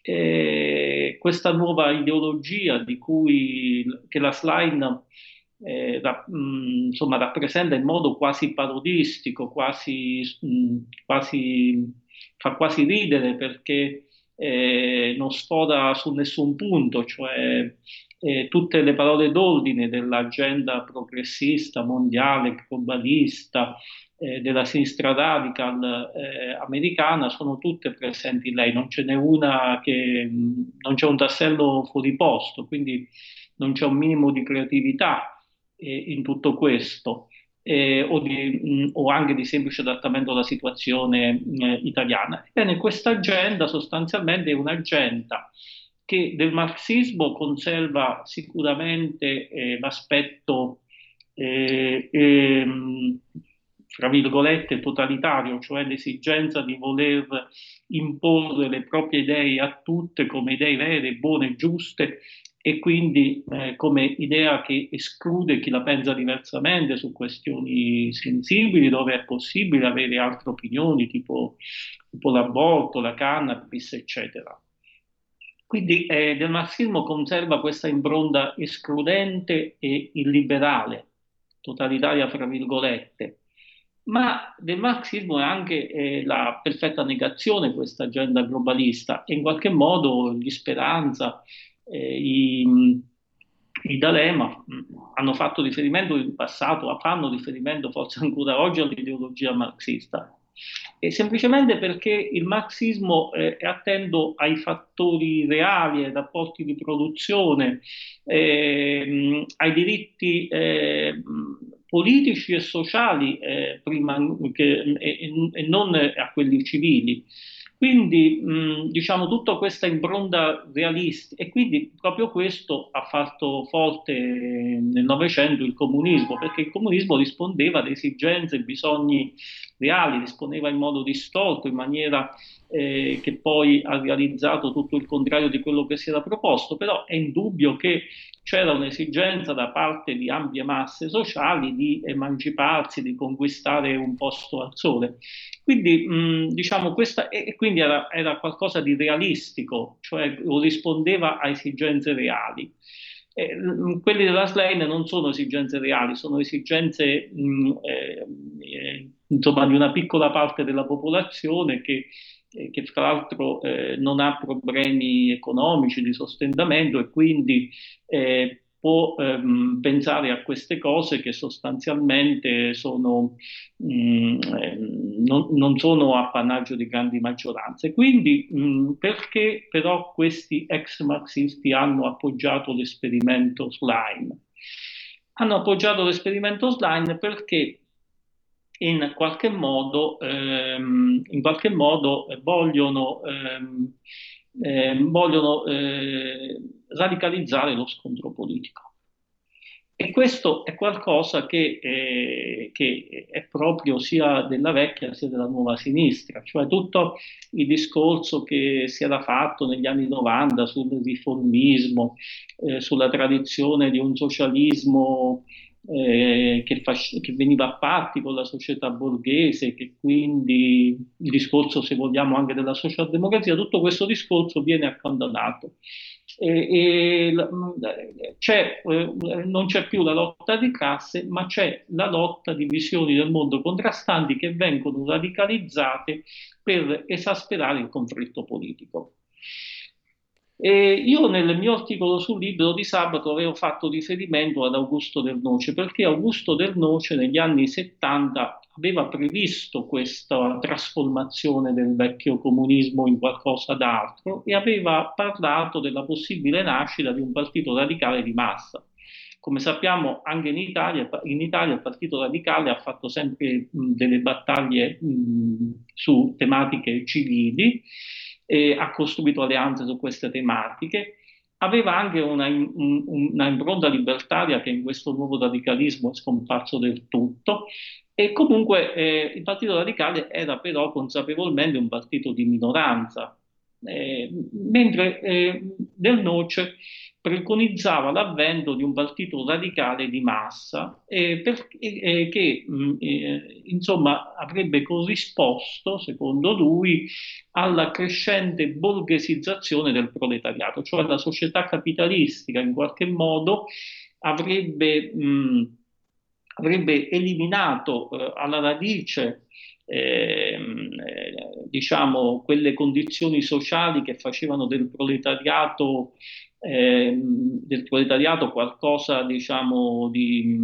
eh, questa nuova ideologia di cui che la Schlein eh, ra- mh, insomma, rappresenta in modo quasi parodistico, quasi, mh, quasi- fa quasi ridere perché eh, non sfora su nessun punto, cioè eh, tutte le parole d'ordine dell'agenda progressista, mondiale, globalista, eh, della sinistra radical eh, americana sono tutte presenti in lei, non ce n'è una che mh, non c'è un tassello fuori posto, quindi non c'è un minimo di creatività eh, in tutto questo. Eh, o, di, mh, o anche di semplice adattamento alla situazione eh, italiana. Ebbene, questa agenda sostanzialmente è un'agenda che del marxismo conserva sicuramente eh, l'aspetto eh, ehm, fra virgolette totalitario, cioè l'esigenza di voler imporre le proprie idee a tutte come idee vere, buone e giuste e quindi eh, come idea che esclude chi la pensa diversamente su questioni sensibili dove è possibile avere altre opinioni tipo, tipo l'aborto, la cannabis, eccetera. Quindi eh, del marxismo conserva questa impronta escludente e illiberale, totalitaria fra virgolette, ma del marxismo è anche eh, la perfetta negazione questa agenda globalista e in qualche modo gli Speranza, eh, i, i D'Alema mh, hanno fatto riferimento in passato, fanno riferimento forse ancora oggi all'ideologia marxista. E semplicemente perché il marxismo eh, è attento ai fattori reali, ai rapporti di produzione, ehm, ai diritti eh, politici e sociali eh, prima che, e, e non a quelli civili. Quindi mh, diciamo tutta questa impronta realistica e quindi proprio questo ha fatto forte eh, nel Novecento il comunismo, perché il comunismo rispondeva ad esigenze e bisogni reali, rispondeva in modo distorto, in maniera eh, che poi ha realizzato tutto il contrario di quello che si era proposto, però è indubbio che c'era un'esigenza da parte di ampie masse sociali di emanciparsi, di conquistare un posto al sole. Quindi, mh, diciamo, questa, e quindi era, era qualcosa di realistico, cioè rispondeva a esigenze reali. Eh, mh, quelli della Schlein non sono esigenze reali, sono esigenze mh, eh, eh, insomma, di una piccola parte della popolazione che eh, che fra l'altro eh, non ha problemi economici di sostentamento e quindi eh, può ehm, pensare a queste cose che sostanzialmente sono, mh, eh, non, non sono appannaggio di grandi maggioranze. Quindi mh, perché però questi ex marxisti hanno appoggiato l'esperimento Schlein? Hanno appoggiato l'esperimento Schlein perché in qualche modo, ehm, in qualche modo vogliono, ehm, ehm, vogliono eh, radicalizzare lo scontro politico. E questo è qualcosa che, eh, che è proprio sia della vecchia sia della nuova sinistra, cioè tutto il discorso che si era fatto negli anni novanta sul riformismo, eh, sulla tradizione di un socialismo eh, che, fasc- che veniva a patti con la società borghese, che quindi il discorso, se vogliamo, anche della socialdemocrazia, tutto questo discorso viene accantonato. E, e, c'è, eh, non c'è più la lotta di classe, ma c'è la lotta di visioni del mondo contrastanti che vengono radicalizzate per esasperare il conflitto politico. E io nel mio articolo sul libro di sabato avevo fatto riferimento ad Augusto Del Noce, perché Augusto Del Noce negli anni settanta aveva previsto questa trasformazione del vecchio comunismo in qualcosa d'altro e aveva parlato della possibile nascita di un partito radicale di massa. Come sappiamo, anche in Italia, in Italia il Partito Radicale ha fatto sempre mh, delle battaglie mh, su tematiche civili, e ha costruito alleanze su queste tematiche. Aveva anche una, un, una impronta libertaria che in questo nuovo radicalismo è scomparso del tutto. E comunque eh, il Partito Radicale era però consapevolmente un partito di minoranza, eh, mentre eh, Del Noce preconizzava l'avvento di un partito radicale di massa eh, per, eh, che mh, eh, insomma avrebbe corrisposto, secondo lui, alla crescente borghesizzazione del proletariato, cioè la società capitalistica in qualche modo avrebbe, mh, avrebbe eliminato eh, alla radice Eh, eh, diciamo quelle condizioni sociali che facevano del proletariato eh, del proletariato qualcosa diciamo di,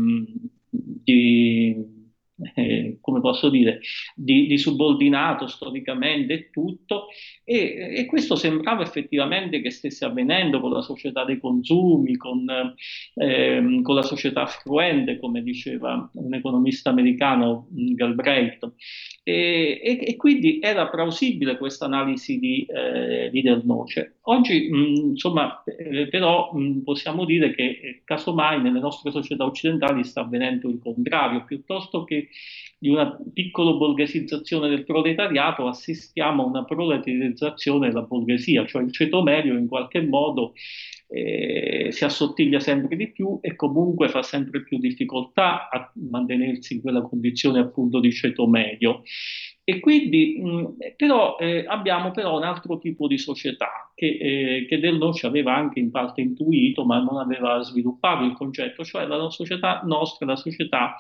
di eh, come posso dire di, di subordinato storicamente e tutto e, e questo sembrava effettivamente che stesse avvenendo con la società dei consumi, con, eh, con la società affluente, come diceva un economista americano, Galbraith. E, e, e quindi era plausibile questa analisi di, eh, di Del Noce. Oggi, mh, insomma, eh, però mh, possiamo dire che eh, casomai nelle nostre società occidentali sta avvenendo il contrario, piuttosto che di una piccola borghesizzazione del proletariato assistiamo a una proletarizzazione della borghesia, cioè il ceto medio in qualche modo eh, si assottiglia sempre di più e comunque fa sempre più difficoltà a mantenersi in quella condizione appunto di ceto medio. E quindi mh, però eh, abbiamo però un altro tipo di società che, eh, che Del Noce aveva anche in parte intuito ma non aveva sviluppato il concetto, cioè la società nostra, la società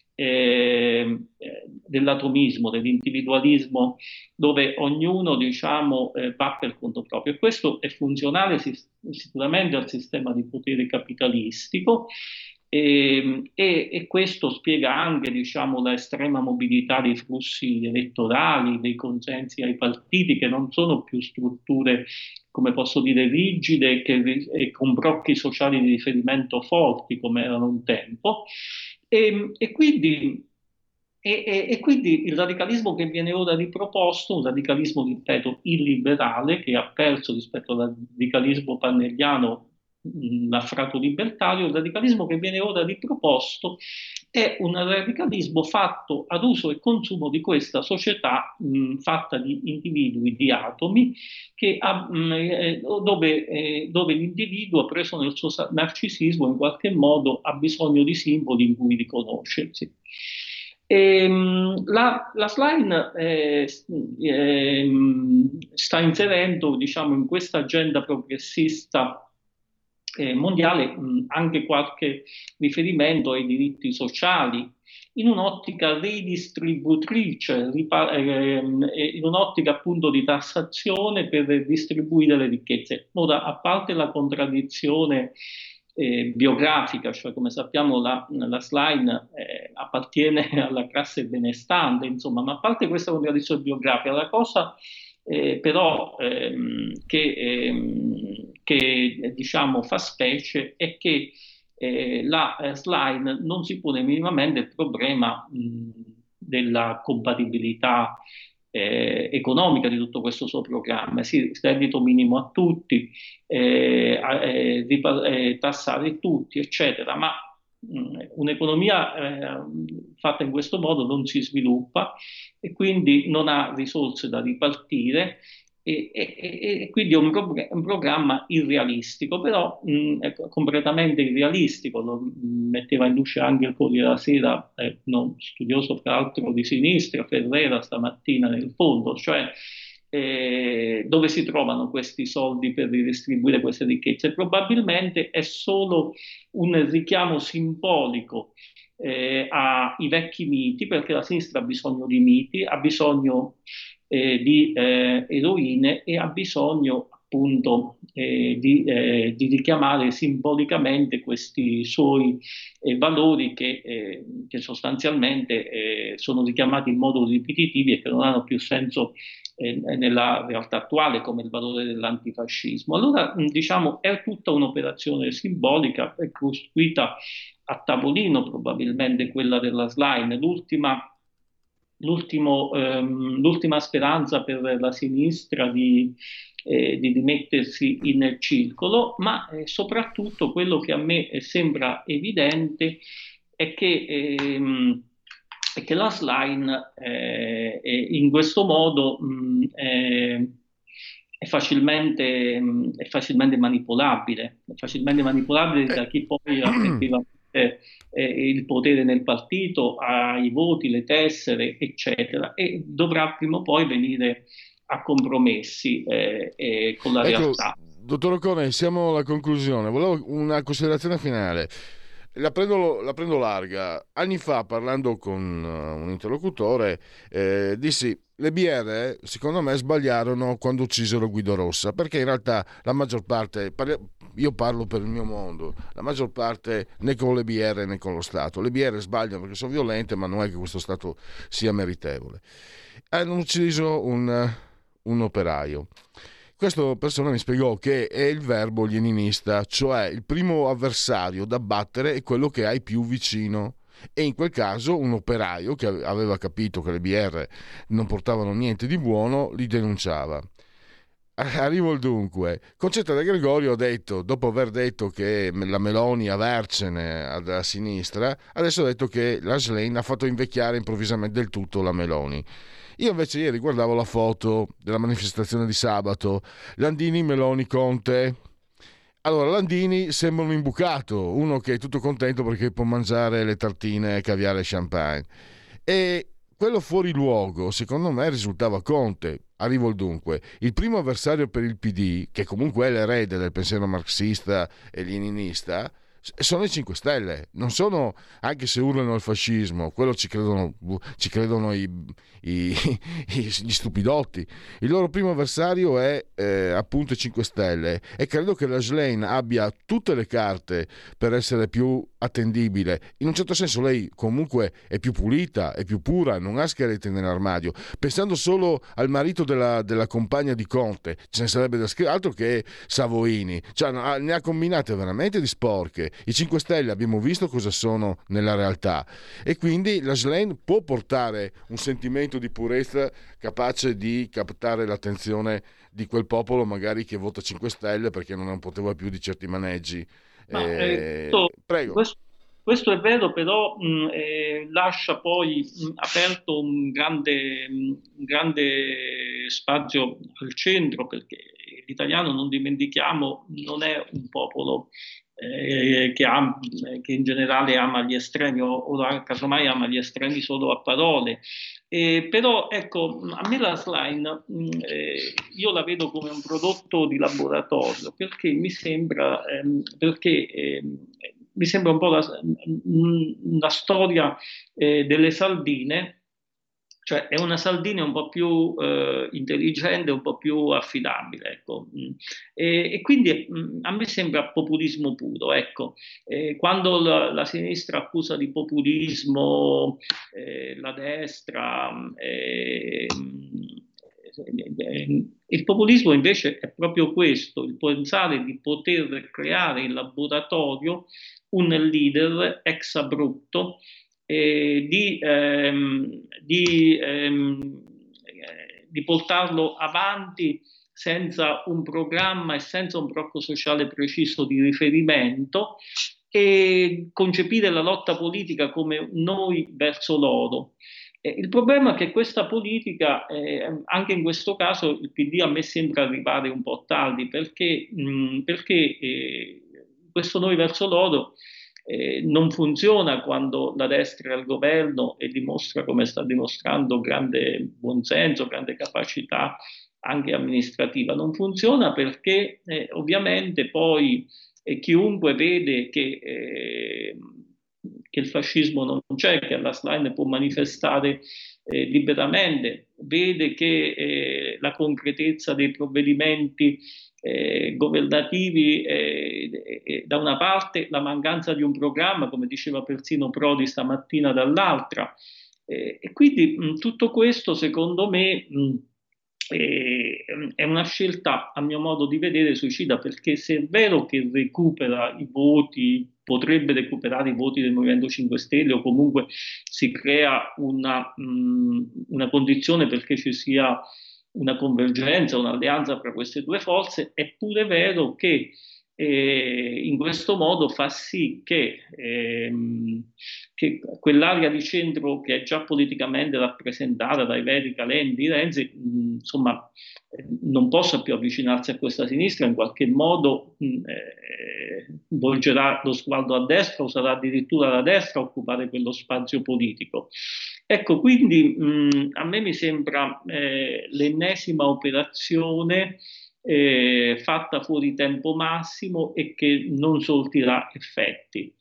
eh, dell'atomismo, dell'individualismo, dove ognuno diciamo eh, va per conto proprio. E questo è funzionale si- sicuramente al sistema di potere capitalistico. E, e, e questo spiega anche diciamo, la estrema mobilità dei flussi elettorali, dei consensi ai partiti, che non sono più strutture, come posso dire, rigide che, e con blocchi sociali di riferimento forti come erano un tempo. E, e, quindi, e, e, e quindi il radicalismo che viene ora riproposto, un radicalismo, ripeto, illiberale, che ha perso rispetto al radicalismo pannelliano l'affrato libertario, il radicalismo che viene ora riproposto è un radicalismo fatto ad uso e consumo di questa società mh, fatta di individui, di atomi, che ha, mh, eh, dove, eh, dove l'individuo, preso nel suo narcisismo, in qualche modo ha bisogno di simboli in cui riconoscersi. E, la, la Schlein eh, eh, sta inserendo, diciamo, in questa agenda progressista eh, mondiale, mh, anche qualche riferimento ai diritti sociali, in un'ottica ridistributrice, ripa- eh, in un'ottica appunto di tassazione per distribuire le ricchezze. Ora, a parte la contraddizione eh, biografica, cioè come sappiamo la, la Schlein eh, appartiene alla classe benestante, insomma, ma a parte questa contraddizione biografica, la cosa eh, però ehm, che, ehm, che diciamo fa specie è che eh, la eh, Schlein non si pone minimamente il problema mh, della compatibilità eh, economica di tutto questo suo programma, sì, reddito minimo a tutti, eh, eh, ripa- eh, tassare tutti, eccetera, ma mh, un'economia eh, fatta in questo modo non si sviluppa e quindi non ha risorse da ripartire e, e- e quindi è un, pro- un programma irrealistico, però mh, è completamente irrealistico, lo mh, metteva in luce anche il Corriere della Sera, eh, non studioso tra l'altro di sinistra, Ferrera stamattina nel fondo, cioè eh, dove si trovano questi soldi per ridistribuire queste ricchezze? Probabilmente è solo un richiamo simbolico eh, ai vecchi miti, perché la sinistra ha bisogno di miti, ha bisogno eh, di eh, eroine e ha bisogno appunto eh, di, eh, di richiamare simbolicamente questi suoi eh, valori che, eh, che sostanzialmente eh, sono richiamati in modo ripetitivi e che non hanno più senso eh, nella realtà attuale, come il valore dell'antifascismo. Allora, diciamo, è tutta un'operazione simbolica, è costruita a tavolino, probabilmente quella della Schlein, l'ultima l'ultimo, ehm, l'ultima speranza per la sinistra di, eh, di rimettersi in circolo, ma eh, soprattutto quello che a me eh, sembra evidente è che, ehm, è che la Schlein eh, è in questo modo mh, è, è facilmente, mh, è facilmente manipolabile, è facilmente manipolabile da chi poi effettivamente eh, il potere nel partito, ha i voti, le tessere, eccetera, e dovrà prima o poi venire a compromessi eh, eh, con la Ecco, realtà. dottor Occone, siamo alla conclusione. Volevo una considerazione finale. La prendo, la prendo larga. Anni fa, parlando con uh, un interlocutore, eh, dissi: le B R, secondo me, sbagliarono quando uccisero Guido Rossa, perché in realtà la maggior parte, io parlo per il mio mondo, la maggior parte né con le B R né con lo Stato. Le B R sbagliano perché sono violente, ma non è che questo Stato sia meritevole. Hanno ucciso un, un operaio. Questa persona mi spiegò che è il verbo leninista, cioè il primo avversario da battere è quello che hai più vicino. E in quel caso un operaio che aveva capito che le B R non portavano niente di buono li denunciava. Arrivo al dunque. Concetta De Gregorio ha detto, dopo aver detto che la Meloni avercene alla sinistra, adesso ha detto che la Schlein ha fatto invecchiare improvvisamente del tutto la Meloni. Io invece ieri guardavo la foto della manifestazione di sabato, Landini, Meloni, Conte. Allora, Landini sembra un imbucato, uno che è tutto contento perché può mangiare le tartine, caviare e champagne. E quello fuori luogo, secondo me, risultava Conte. Arrivo al dunque. Il primo avversario per il P D, che comunque è l'erede del pensiero marxista e leninista, sono i cinque Stelle, non sono, anche se urlano il fascismo, quello ci credono, ci credono i, i, gli stupidotti. Il loro primo avversario è eh, appunto i cinque Stelle, e credo che la Schlein abbia tutte le carte per essere più attendibile. In un certo senso lei comunque è più pulita, è più pura, non ha scheletri nell'armadio. Pensando solo al marito della, della compagna di Conte, ce ne sarebbe da scrivere, altro che Savoini, cioè, ne ha combinate veramente di sporche. I cinque Stelle abbiamo visto cosa sono nella realtà, e quindi la Schlein può portare un sentimento di purezza capace di captare l'attenzione di quel popolo magari che vota cinque Stelle perché non poteva più di certi maneggi. Ma, eh, eh, questo, prego. questo, questo è vero, però mh, eh, lascia poi mh, aperto un grande, mh, un grande spazio al centro, perché l'italiano, non dimentichiamo, non è un popolo eh, che, am, che in generale ama gli estremi o, o casomai ama gli estremi solo a parole. Eh, però ecco, a me la slime eh, io la vedo come un prodotto di laboratorio, perché mi sembra ehm, perché ehm, mi sembra un po' la, una storia eh, delle saldine, cioè è una saldina un po' più eh, intelligente, un po' più affidabile, ecco. E, e quindi mh, a me sembra populismo puro, ecco. E quando la, la sinistra accusa di populismo eh, la destra, eh, eh, il populismo invece è proprio questo, il pensare di poter creare in laboratorio un leader ex abrupto, Eh, di, ehm, di, ehm, di portarlo avanti senza un programma e senza un blocco sociale preciso di riferimento, e concepire la lotta politica come noi verso loro. Eh, il problema è che questa politica, eh, anche in questo caso, il P D a me sembra arrivare un po' tardi, perché, mh, perché eh, questo noi verso loro Eh, non funziona quando la destra è al governo e dimostra, come sta dimostrando, grande buonsenso, grande capacità anche amministrativa. Non funziona perché eh, ovviamente poi eh, chiunque vede che, eh, che il fascismo non c'è, che alla slime può manifestare eh, liberamente, vede che eh, la concretezza dei provvedimenti Eh, governativi eh, eh, da una parte, la mancanza di un programma, come diceva persino Prodi stamattina, dall'altra, eh, e quindi mh, tutto questo secondo me mh, eh, è una scelta, a mio modo di vedere, suicida, perché se è vero che recupera i voti, potrebbe recuperare i voti del Movimento cinque Stelle, o comunque si crea una, mh, una condizione perché ci sia una convergenza, un'alleanza tra queste due forze, è pure vero che eh, in questo modo fa sì che, ehm, che quell'area di centro che è già politicamente rappresentata dai veri Calenda di Renzi, mh, insomma, eh, non possa più avvicinarsi a questa sinistra, in qualche modo mh, eh, volgerà lo sguardo a destra, o sarà addirittura la destra a occupare quello spazio politico. Ecco, quindi mh, a me mi sembra eh, l'ennesima operazione eh, fatta fuori tempo massimo e che non sortirà effetti.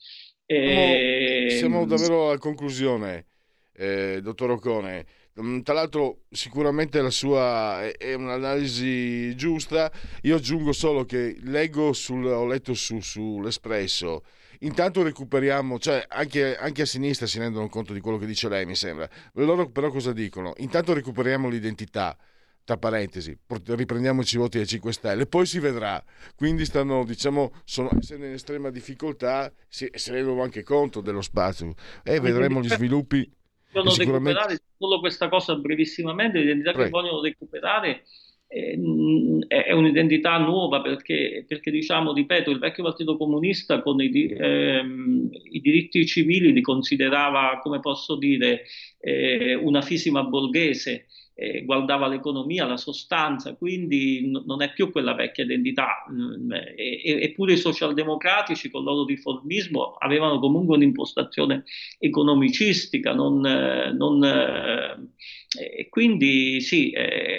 Eh, siamo, siamo davvero alla conclusione, eh, dottor Occone. Tra l'altro sicuramente la sua è, è un'analisi giusta. Io aggiungo solo che leggo sul, ho letto su, sull'Espresso. Intanto recuperiamo, cioè anche, anche a sinistra si rendono conto di quello che dice lei, mi sembra. Loro però cosa dicono? Intanto recuperiamo l'identità, tra parentesi, riprendiamoci i voti dei cinque Stelle, poi si vedrà. Quindi stanno, diciamo, sono, essendo in estrema difficoltà, si, si rendono anche conto dello spazio e vedremo gli sviluppi. Vogliono sicuramente... recuperare solo questa cosa brevissimamente, l'identità Prego. Che vogliono recuperare è, è un'identità nuova, perché, perché diciamo, ripeto, il vecchio Partito Comunista con i, ehm, i diritti civili li considerava, come posso dire, eh, una fisima borghese, eh, guardava l'economia, la sostanza, quindi n- non è più quella vecchia identità. E- e- eppure i socialdemocratici con il loro riformismo avevano comunque un'impostazione economicistica, non, eh, non, eh, e quindi sì,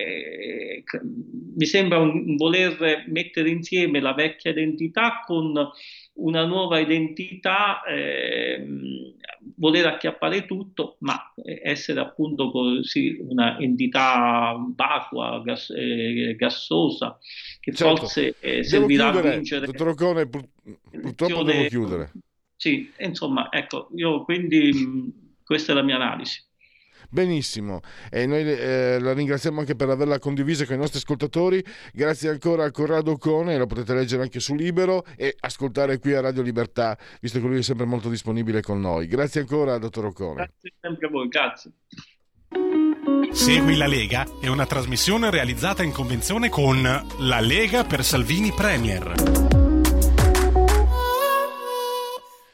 eh, mi sembra un voler mettere insieme la vecchia identità con una nuova identità, eh, voler acchiappare tutto, ma essere appunto così una entità vacua, gas, eh, gassosa, che certo. forse eh, servirà chiudere, a vincere. Dottor Occone, pur, purtroppo devo chiudere. Sì, insomma, ecco, io quindi mh, questa è la mia analisi. Benissimo, e noi eh, la ringraziamo anche per averla condivisa con i nostri ascoltatori. Grazie ancora a Corrado Occone, lo potete leggere anche su Libero e ascoltare qui a Radio Libertà, visto che lui è sempre molto disponibile con noi. Grazie ancora, dottor Occone. Grazie sempre a voi, grazie. Segui la Lega è una trasmissione realizzata in convenzione con La Lega per Salvini Premier.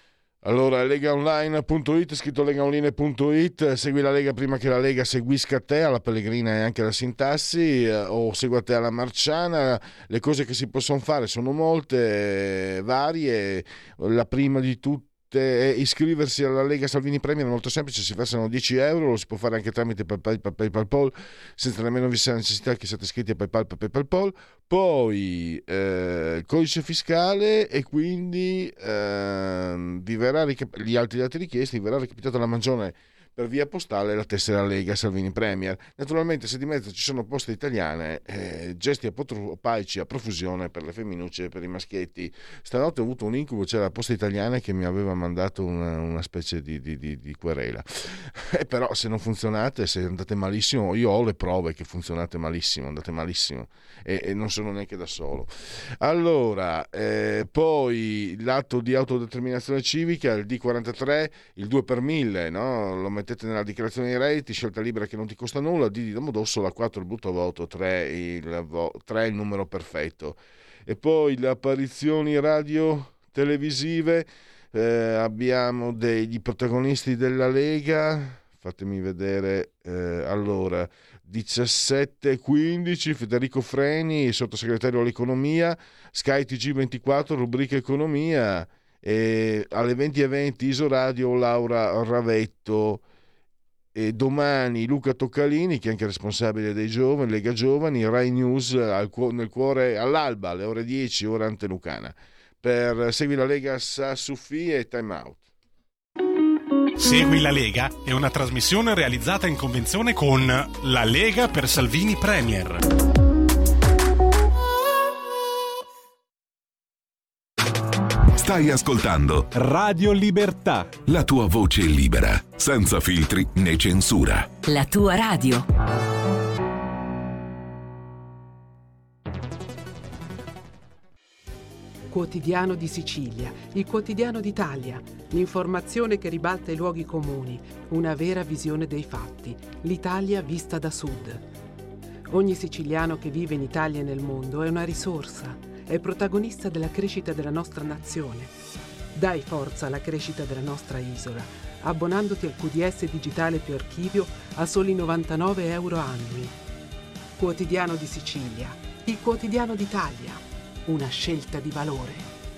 Allora, legaonline punto it, scritto legaonline punto it, segui la Lega prima che la Lega seguisca te, alla Pellegrina e anche alla Sintassi, eh, o segua te alla Marciana. Le cose che si possono fare sono molte, eh, varie. La prima di tutte è iscriversi alla Lega Salvini Premier, è molto semplice, si versano dieci euro, lo si può fare anche tramite PayPal, PayPal, PayPal, senza nemmeno vi sia necessità che siate iscritti a PayPal, PayPal, PayPal. Poi eh, il codice fiscale, e quindi eh, vi verrà ricap- gli altri dati richiesti, vi verrà recapitata la maggiore per via postale la tessera Lega Salvini Premier. Naturalmente, se di mezzo ci sono poste italiane, eh, gesti apopaici a profusione per le femminucce e per i maschietti. Stanotte ho avuto un incubo, c'era la posta italiana che mi aveva mandato una, una specie di, di, di, di querela. Eh, però se non funzionate, se andate malissimo, io ho le prove che funzionate malissimo, andate malissimo, e, e non sono neanche da solo. Allora, eh, poi l'atto di autodeterminazione civica, il D quarantatré, il due per mille, no? Lo mettete nella dichiarazione dei redditi, scelta libera che non ti costa nulla, D di Domodossola, quattro il brutto voto, tre il, vo- tre il numero perfetto. E poi le apparizioni radio televisive, eh, abbiamo degli protagonisti della Lega, fatemi vedere, eh, allora diciassette quindici Federico Freni, sottosegretario all'economia, Sky T G ventiquattro, rubrica economia, e alle venti e venti Isoradio Laura Ravetto, e domani Luca Toccalini, che è anche responsabile dei giovani, Lega Giovani, Rai News al, nel cuore, all'alba alle ore dieci, ora antelucana. Per Segui la Lega, sa Sufì e Time Out. Segui la Lega è una trasmissione realizzata in convenzione con La Lega per Salvini Premier. Stai ascoltando Radio Libertà, la tua voce libera, senza filtri né censura. La tua radio. Quotidiano di Sicilia, il quotidiano d'Italia, l'informazione che ribalta i luoghi comuni, una vera visione dei fatti, l'Italia vista da sud. Ogni siciliano che vive in Italia e nel mondo è una risorsa, è protagonista della crescita della nostra nazione. Dai forza alla crescita della nostra isola, abbonandoti al Q D S digitale più archivio a soli novantanove euro annui. Quotidiano di Sicilia, il quotidiano d'Italia, una scelta di valore.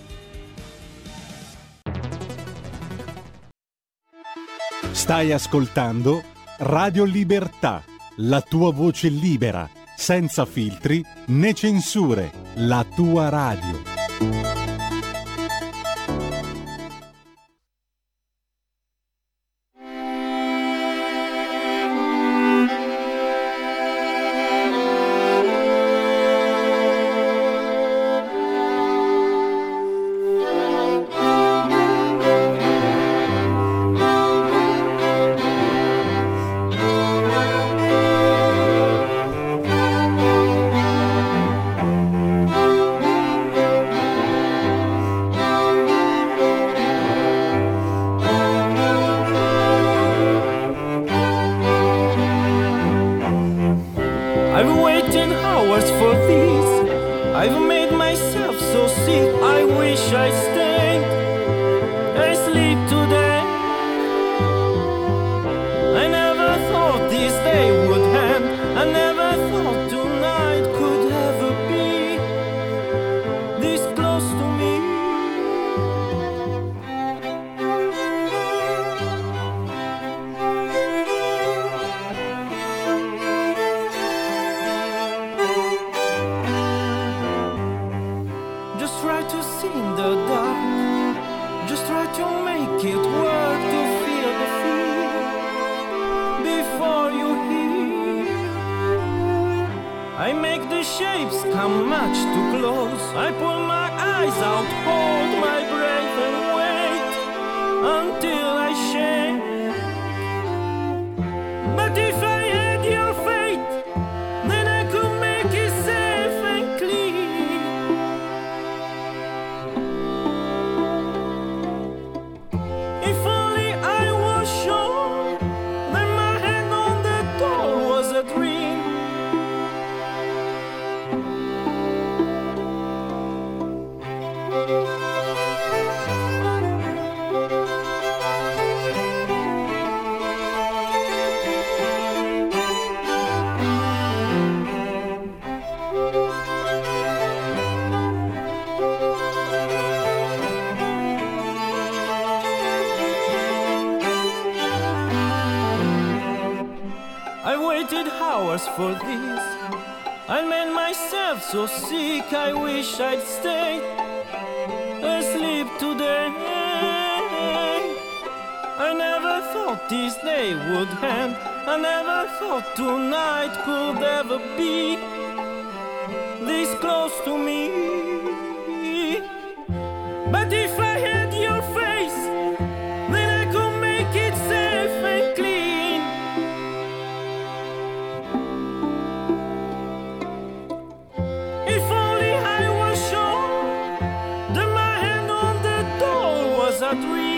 Stai ascoltando Radio Libertà, la tua voce libera, senza filtri né censure, la tua radio. waited hours for this. I made myself so sick, I wish I'd stayed asleep today. I never thought this day would end. I never thought tonight could ever be this close to me. But if I had your face, then I could make it safe and clean. If only I was sure that my hand on the door was a dream.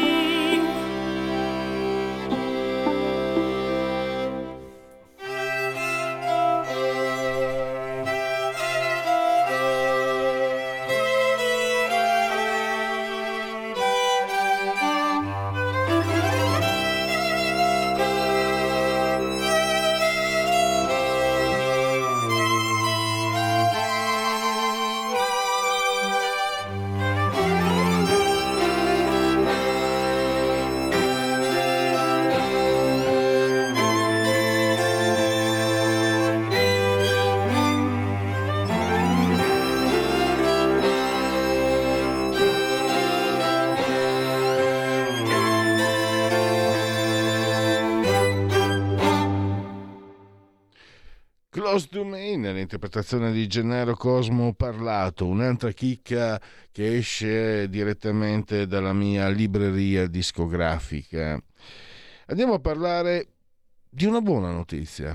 Close to Me, nell'interpretazione di Gennaro Cosmo Parlato, un'altra chicca che esce direttamente dalla mia libreria discografica. Andiamo a parlare di una buona notizia.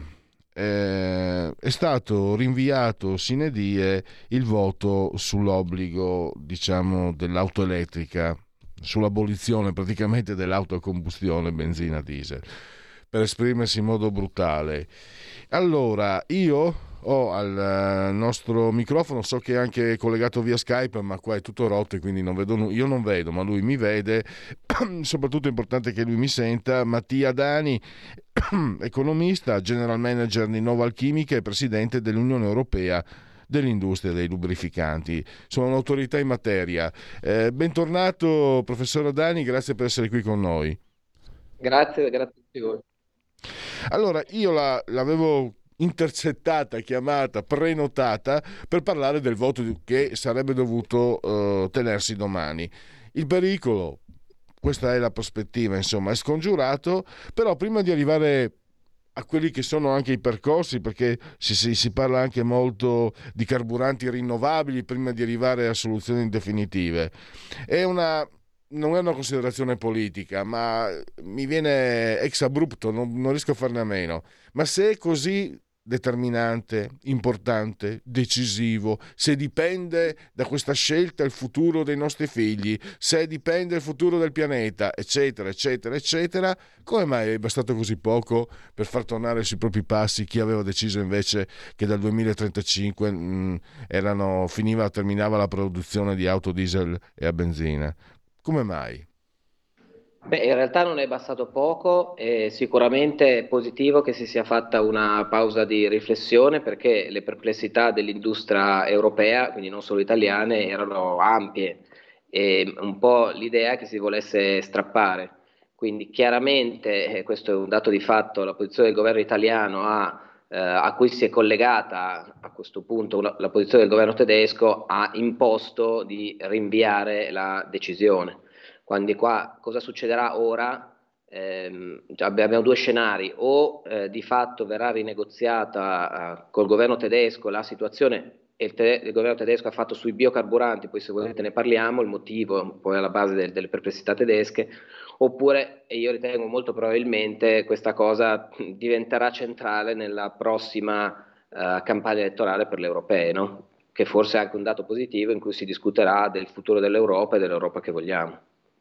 Eh, è stato rinviato sine die il voto sull'obbligo, diciamo, dell'auto elettrica, sull'abolizione praticamente dell'auto a combustione benzina diesel, per esprimersi in modo brutale. Allora, io ho al nostro microfono, so che è anche collegato via Skype, ma qua è tutto rotto e quindi non vedo, io non vedo, ma lui mi vede. Soprattutto è importante che lui mi senta. Mattia Dani, economista, general manager di Novalchimica e presidente dell'Unione Europea dell'industria dei lubrificanti. Sono un'autorità in materia. Eh, bentornato professor Dani, grazie per essere qui con noi. Grazie, grazie a voi. Allora, io la, l'avevo intercettata, chiamata, prenotata per parlare del voto che sarebbe dovuto uh, tenersi domani. Il pericolo, questa è la prospettiva, insomma, è scongiurato, però prima di arrivare a quelli che sono anche i percorsi, perché si, si, si parla anche molto di carburanti rinnovabili prima di arrivare a soluzioni definitive, è una... non è una considerazione politica, ma mi viene ex abrupto, non, non riesco a farne a meno. Ma se è così determinante, importante, decisivo, se dipende da questa scelta il futuro dei nostri figli, se dipende il futuro del pianeta, eccetera, eccetera, eccetera, come mai è bastato così poco per far tornare sui propri passi chi aveva deciso invece che dal duemilatrentacinque mh, erano, finiva, terminava la produzione di auto diesel e a benzina? Come mai? Beh, in realtà non è bastato poco, e sicuramente è positivo che si sia fatta una pausa di riflessione, perché le perplessità dell'industria europea, quindi non solo italiane, erano ampie e un po' l'idea che si volesse strappare. Quindi chiaramente, eh, questo è un dato di fatto, la posizione del governo italiano ha eh, a cui si è collegata a questo punto una, la posizione del governo tedesco ha imposto di rinviare la decisione. Quindi qua cosa succederà ora? Eh, abbiamo due scenari: o eh, di fatto verrà rinegoziata eh, col governo tedesco la situazione e il, te- il governo tedesco ha fatto sui biocarburanti, poi se volete ne parliamo, il motivo poi alla base del, delle perplessità tedesche, oppure, e io ritengo molto probabilmente, questa cosa diventerà centrale nella prossima eh, campagna elettorale per le europee, no? Che forse è anche un dato positivo, in cui si discuterà del futuro dell'Europa e dell'Europa che vogliamo.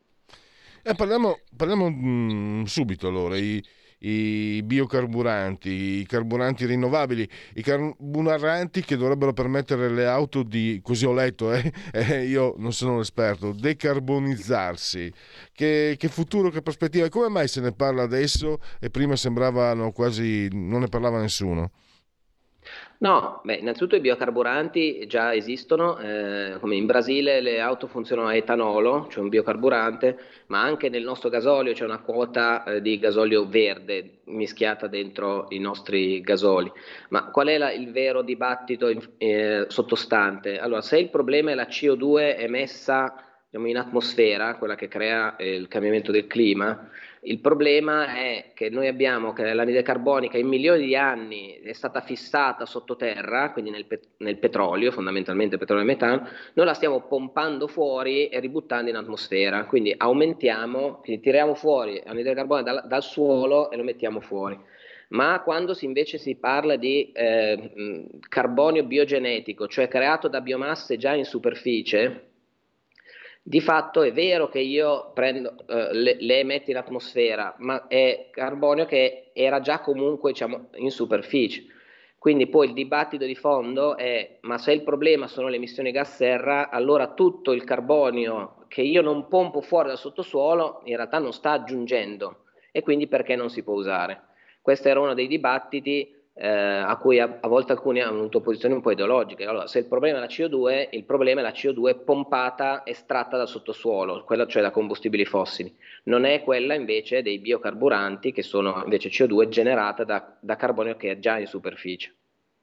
Eh, parliamo parliamo mh, subito allora, i, i biocarburanti, i carburanti rinnovabili, i carburanti che dovrebbero permettere alle auto di, così ho letto, eh, eh, io non sono un esperto, decarbonizzarsi. Che, che futuro, che prospettiva? Come mai se ne parla adesso e prima sembravano quasi, non ne parlava nessuno? No, beh, innanzitutto i biocarburanti già esistono, eh, come in Brasile le auto funzionano a etanolo, cioè un biocarburante, ma anche nel nostro gasolio c'è una quota eh, di gasolio verde mischiata dentro i nostri gasoli. Ma qual è la- il vero dibattito in- eh, sottostante? Allora, se il problema è la C O due emessa, diciamo, in atmosfera, quella che crea eh, il cambiamento del clima, il problema è che noi abbiamo che l'anidride carbonica in milioni di anni è stata fissata sottoterra, quindi nel, pet- nel petrolio, fondamentalmente petrolio e metano, noi la stiamo pompando fuori e ributtando in atmosfera, quindi aumentiamo, quindi tiriamo fuori l'anidride carbonica dal, dal suolo e lo mettiamo fuori. Ma quando si invece si parla di eh, mh, carbonio biogenetico, cioè creato da biomasse già in superficie, di fatto è vero che io prendo, eh, le, le emetto in atmosfera, ma è carbonio che era già comunque, diciamo, in superficie. Quindi poi il dibattito di fondo è: ma se il problema sono le emissioni gas serra, allora tutto il carbonio che io non pompo fuori dal sottosuolo in realtà non sta aggiungendo, e quindi perché non si può usare? Questo era uno dei dibattiti eh, a cui a, a volte alcuni hanno avuto posizioni un po' ideologiche. Allora, se il problema è la C O due, il problema è la C O due pompata, estratta dal sottosuolo, quella cioè da combustibili fossili. Non è quella invece dei biocarburanti, che sono invece C O due generata da, da carbonio che è già in superficie.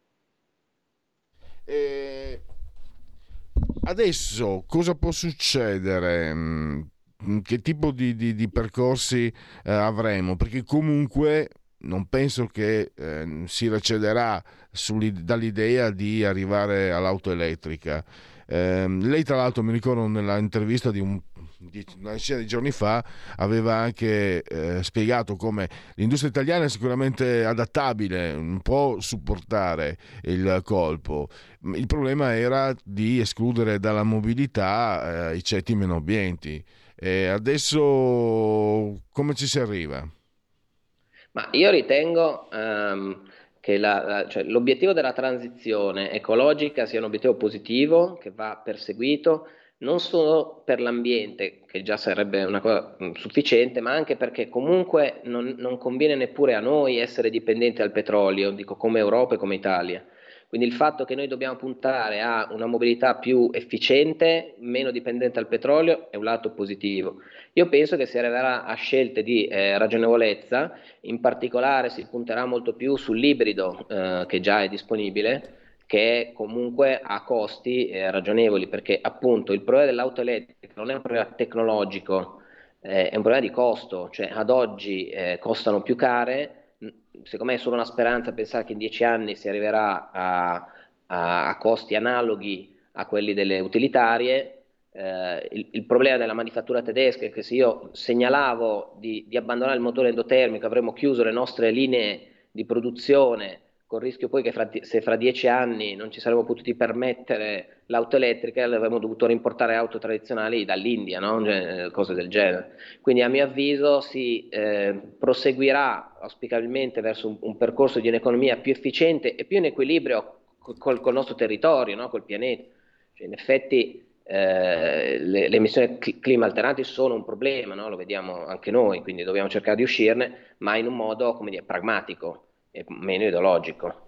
E adesso cosa può succedere? Mm, Che tipo di, di- di percorsi eh, avremo? Perché comunque non penso che eh, si recederà sull'id- dall'idea di arrivare all'auto elettrica. Ehm, lei tra l'altro, mi ricordo nella intervista di un, di una decina di giorni fa, aveva anche eh, spiegato come l'industria italiana è sicuramente adattabile, può supportare il colpo. Il problema era di escludere dalla mobilità eh, i ceti meno abbienti. E adesso come ci si arriva? Ma io ritengo ehm, che la- la- cioè, l'obiettivo della transizione ecologica sia un obiettivo positivo che va perseguito non solo per l'ambiente, che già sarebbe una cosa mh, sufficiente, ma anche perché comunque non, non conviene neppure a noi essere dipendenti dal petrolio, dico come Europa e come Italia. Quindi il fatto che noi dobbiamo puntare a una mobilità più efficiente, meno dipendente dal petrolio, è un lato positivo. Io penso che si arriverà a scelte di eh, ragionevolezza. In particolare si punterà molto più sull'ibrido eh, che già è disponibile, che comunque ha costi eh, ragionevoli, perché appunto il problema dell'auto elettrica non è un problema tecnologico, eh, è un problema di costo, cioè ad oggi eh, costano più care. Secondo me è solo una speranza pensare che in dieci anni si arriverà a, a- a costi analoghi a quelli delle utilitarie. Eh, il, il problema della manifattura tedesca è che se io segnalavo di, di abbandonare il motore endotermico avremmo chiuso le nostre linee di produzione, col rischio poi che fra, die- se fra dieci anni non ci saremmo potuti permettere l'auto elettrica, avremmo dovuto rimportare auto tradizionali dall'India, no? Cioè, cose del genere. Quindi a mio avviso si eh, proseguirà auspicabilmente verso un, un percorso di un'economia più efficiente e più in equilibrio col, col nostro territorio, no? Col pianeta. Cioè, in effetti eh, le, le emissioni cl- clima alteranti sono un problema, no? Lo vediamo anche noi, quindi dobbiamo cercare di uscirne, ma in un modo, come dire, pragmatico e meno ideologico.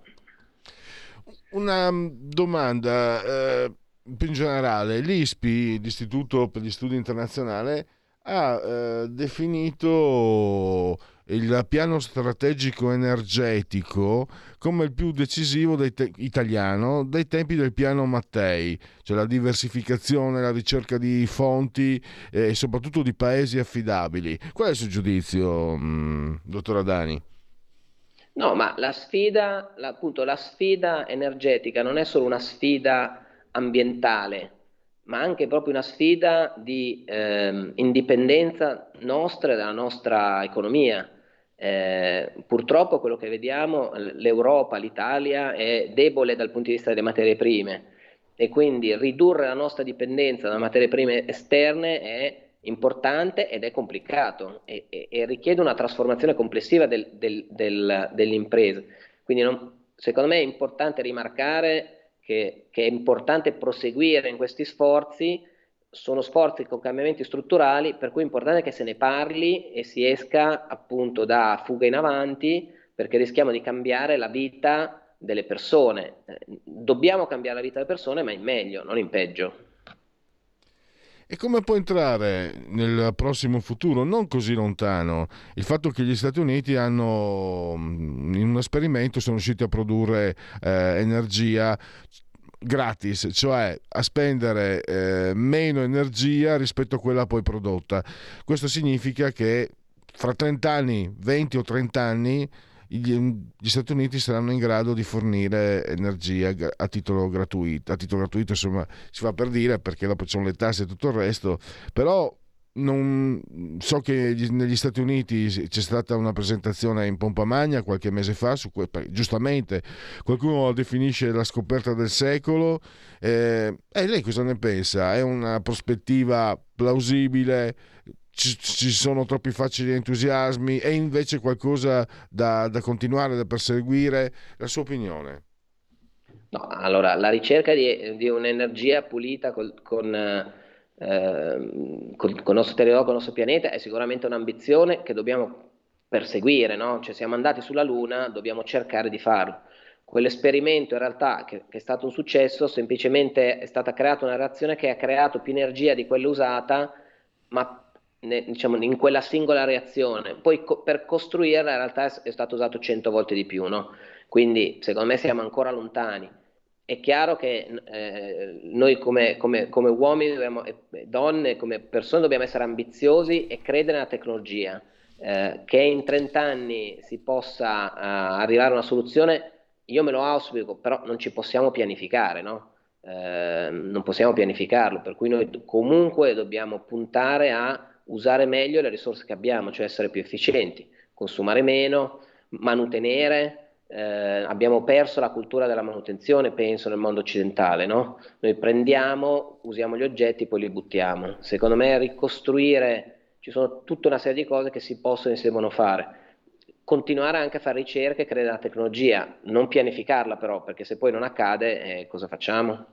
Una mm, domanda eh, più in generale. L'I S P I, l'Istituto per gli Studi Internazionali, ha eh, definito il piano strategico energetico come il più decisivo dei te- italiano dai tempi del piano Mattei, cioè la diversificazione, la ricerca di fonti eh, e soprattutto di paesi affidabili. Qual è il suo giudizio, mh, dottor Adani? No, ma la sfida, la- appunto, la sfida energetica non è solo una sfida ambientale, ma anche proprio una sfida di ehm, indipendenza nostra e della nostra economia. Eh, purtroppo quello che vediamo, l- l'Europa, l'Italia è debole dal punto di vista delle materie prime, e quindi ridurre la nostra dipendenza da materie prime esterne è importante ed è complicato e, e- e richiede una trasformazione complessiva del- del- del- delle imprese. Quindi non- secondo me è importante rimarcare che, che è importante proseguire in questi sforzi. Sono sforzi con cambiamenti strutturali, per cui è importante che se ne parli e si esca appunto da fuga in avanti, perché rischiamo di cambiare la vita delle persone. Eh, dobbiamo cambiare la vita delle persone, ma in meglio, non in peggio. E come può entrare nel prossimo futuro, non così lontano, il fatto che gli Stati Uniti hanno, in un esperimento, sono riusciti a produrre eh, energia gratis, cioè a spendere eh, meno energia rispetto a quella poi prodotta. Questo significa che fra trenta anni, venti o trenta anni, gli Stati Uniti saranno in grado di fornire energia a titolo gratuito. A titolo gratuito, insomma, si fa per dire, perché dopo ci sono le tasse e tutto il resto, però non so che negli Stati Uniti c'è stata una presentazione in pompa magna qualche mese fa, su que- giustamente qualcuno lo definisce la scoperta del secolo. Eh, e lei cosa ne pensa? È una prospettiva plausibile? Ci, ci sono troppi facili entusiasmi? È invece qualcosa da, da continuare, da perseguire? La sua opinione? No, allora, la ricerca di, di un'energia pulita col, con, eh, con, con il nostro territorio, con il nostro pianeta, è sicuramente un'ambizione che dobbiamo perseguire, no? Cioè, siamo andati sulla Luna, dobbiamo cercare di farlo. Quell'esperimento in realtà, che, che è stato un successo, semplicemente è stata creata una reazione che ha creato più energia di quella usata, ma Ne, diciamo, in quella singola reazione. Poi co- per costruirla in realtà è, è stato usato cento volte di più, no? Quindi secondo me siamo ancora lontani. È chiaro che eh, noi come, come, come uomini dobbiamo, e donne, come persone dobbiamo essere ambiziosi e credere nella tecnologia. Eh, che in trenta anni si possa uh, arrivare a una soluzione, io me lo auspico, però non ci possiamo pianificare, no? Eh, non possiamo pianificarlo, per cui noi comunque dobbiamo puntare a usare meglio le risorse che abbiamo, cioè essere più efficienti, consumare meno, manutenere. Eh, abbiamo perso la cultura della manutenzione, penso, nel mondo occidentale, no? Noi prendiamo, usiamo gli oggetti, poi li buttiamo. Secondo me ricostruire, ci sono tutta una serie di cose che si possono e si devono fare. Continuare anche a fare ricerche, credere nella tecnologia, non pianificarla però, perché se poi non accade, eh, cosa facciamo?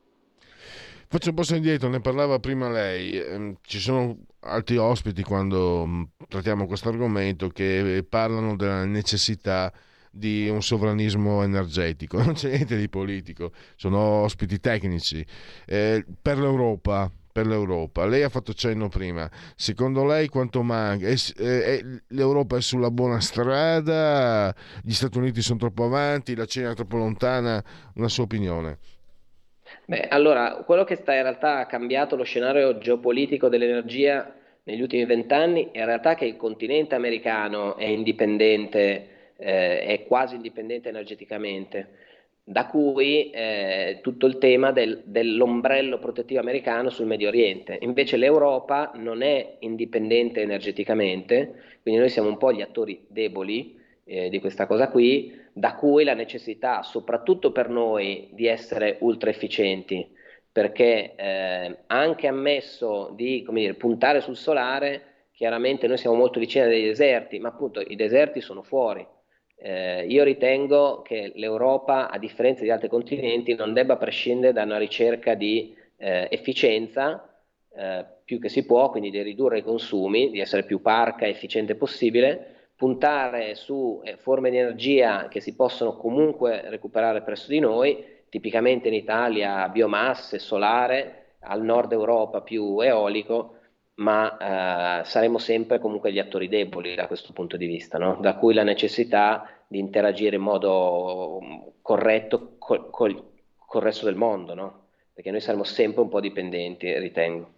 Faccio un passo indietro, ne parlava prima lei. Ci sono altri ospiti quando trattiamo questo argomento che parlano della necessità di un sovranismo energetico. Non c'è niente di politico, sono ospiti tecnici. Eh, per l'Europa, per l'Europa, lei ha fatto cenno prima. Secondo lei quanto manca? È, è, l'Europa è sulla buona strada? Gli Stati Uniti sono troppo avanti? La Cina è troppo lontana? Una sua opinione? Beh, allora, quello che sta in realtà ha cambiato lo scenario geopolitico dell'energia negli ultimi vent'anni è in realtà che il continente americano è indipendente, eh, è quasi indipendente energeticamente, da cui eh, tutto il tema del, dell'ombrello protettivo americano sul Medio Oriente. Invece l'Europa non è indipendente energeticamente, quindi noi siamo un po' gli attori deboli eh, di questa cosa qui, da cui la necessità, soprattutto per noi, di essere ultra efficienti, perché eh, anche ammesso di, come dire, puntare sul solare, chiaramente noi siamo molto vicini ai deserti, ma appunto i deserti sono fuori. Eh, io ritengo che l'Europa, a differenza di altri continenti, non debba prescindere da una ricerca di eh, efficienza eh, più che si può, quindi di ridurre i consumi, di essere più parca e efficiente possibile, puntare su eh, forme di energia che si possono comunque recuperare presso di noi, tipicamente in Italia biomasse, solare, al nord Europa più eolico, ma eh, saremo sempre comunque gli attori deboli da questo punto di vista, no? Da cui la necessità di interagire in modo corretto col, col, col resto del mondo, no? Perché noi saremo sempre un po' dipendenti, ritengo.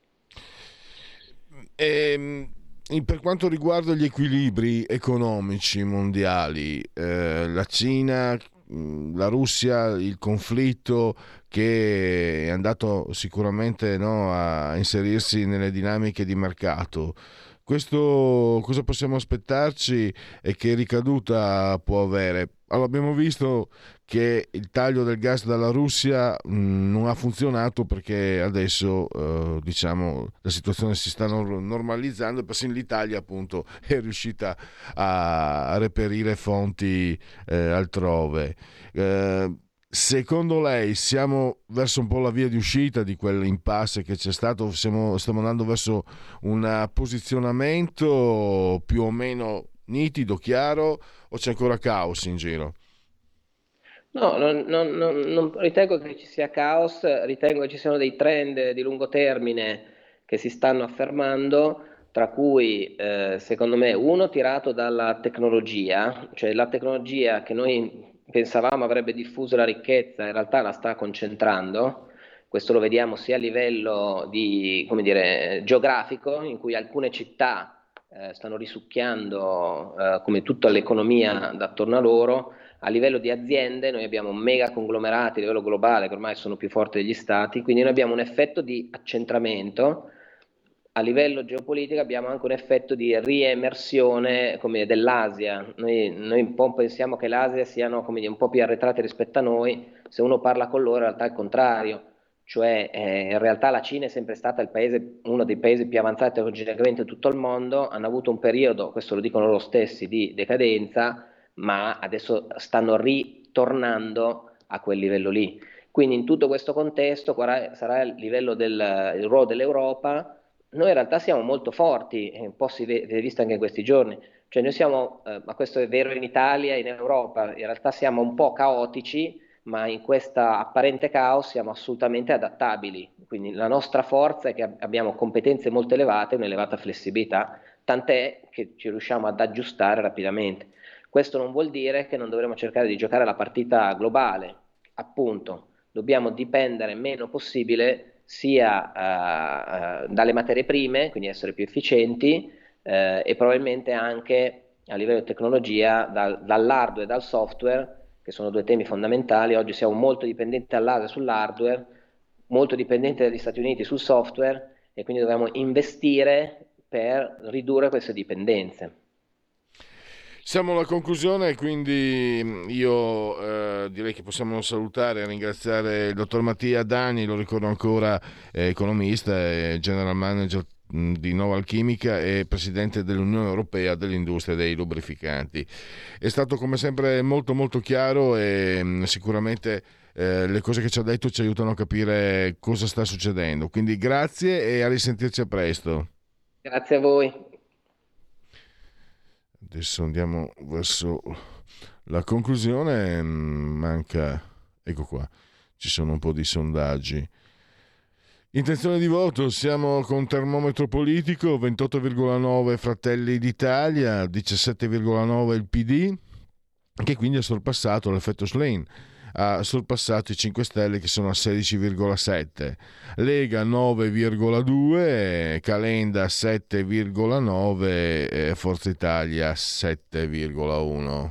Ehm... Per quanto riguarda gli equilibri economici mondiali, eh, la Cina, la Russia, il conflitto che è andato sicuramente, no, a inserirsi nelle dinamiche di mercato, questo cosa possiamo aspettarci e che ricaduta può avere? Allora, abbiamo visto che il taglio del gas dalla Russia mh, non ha funzionato perché adesso eh, diciamo la situazione si sta normalizzando e persino l'Italia appunto è riuscita a, a reperire fonti eh, altrove. Eh, secondo lei siamo verso un po' la via di uscita di quell'impasse che c'è stato? Siamo, stiamo andando verso un posizionamento più o meno nitido, chiaro, o c'è ancora caos in giro? No, non, non- non- non ritengo che ci sia caos, ritengo che ci siano dei trend di lungo termine che si stanno affermando, tra cui eh, secondo me uno tirato dalla tecnologia, cioè la tecnologia che noi pensavamo avrebbe diffuso la ricchezza, in realtà la sta concentrando. Questo lo vediamo sia a livello di, come dire, geografico, in cui alcune città eh, stanno risucchiando eh, come tutta l'economia da attorno a loro. A livello di aziende noi abbiamo mega conglomerati a livello globale che ormai sono più forti degli stati, quindi noi abbiamo un effetto di accentramento. A livello geopolitico abbiamo anche un effetto di riemersione come dell'Asia. Noi, noi un po' pensiamo che l'Asia siano come dire, un po' più arretrati rispetto a noi, se uno parla con loro in realtà è il contrario, cioè eh, in realtà la Cina è sempre stata il paese, uno dei paesi più avanzati tecnologicamente in tutto il mondo, hanno avuto un periodo, questo lo dicono loro stessi, di decadenza, ma adesso stanno ritornando a quel livello lì. Quindi in tutto questo contesto qual è- sarà il livello del il ruolo dell'Europa. Noi in realtà siamo molto forti, e un po' si ve- si è visto anche in questi giorni, cioè noi siamo, eh, ma questo è vero in Italia e in Europa, in realtà siamo un po' caotici, ma in questa apparente caos siamo assolutamente adattabili. Quindi la nostra forza è che ab- abbiamo competenze molto elevate e un'elevata flessibilità, tant'è che ci riusciamo ad aggiustare rapidamente. Questo non vuol dire che non dovremo cercare di giocare la partita globale, appunto, dobbiamo dipendere meno possibile sia eh, eh, dalle materie prime, quindi essere più efficienti, eh, e probabilmente anche a livello di tecnologia dal- dall'hardware e dal software, che sono due temi fondamentali. Oggi siamo molto dipendenti dall'Asia sull'hardware, molto dipendenti dagli Stati Uniti sul software, e quindi dobbiamo investire per ridurre queste dipendenze. Siamo alla conclusione, quindi io eh, direi che possiamo salutare e ringraziare il dottor Mattia Dani, lo ricordo ancora, eh, economista e general manager mh, di Nova Alchimica e presidente dell'Unione Europea dell'industria dei lubrificanti. È stato come sempre molto molto chiaro e mh, sicuramente eh, le cose che ci ha detto ci aiutano a capire cosa sta succedendo. Quindi grazie e a risentirci a presto. Grazie a voi. Adesso andiamo verso la conclusione, manca, ecco qua, ci sono un po' di sondaggi. Intenzione di voto, siamo con termometro politico, ventotto virgola nove Fratelli d'Italia, diciassette virgola nove il P D, che quindi ha sorpassato l'effetto Schlein, ha sorpassato i cinque Stelle che sono a sedici virgola sette, Lega nove virgola due, Calenda sette virgola nove, eh, Forza Italia sette virgola uno.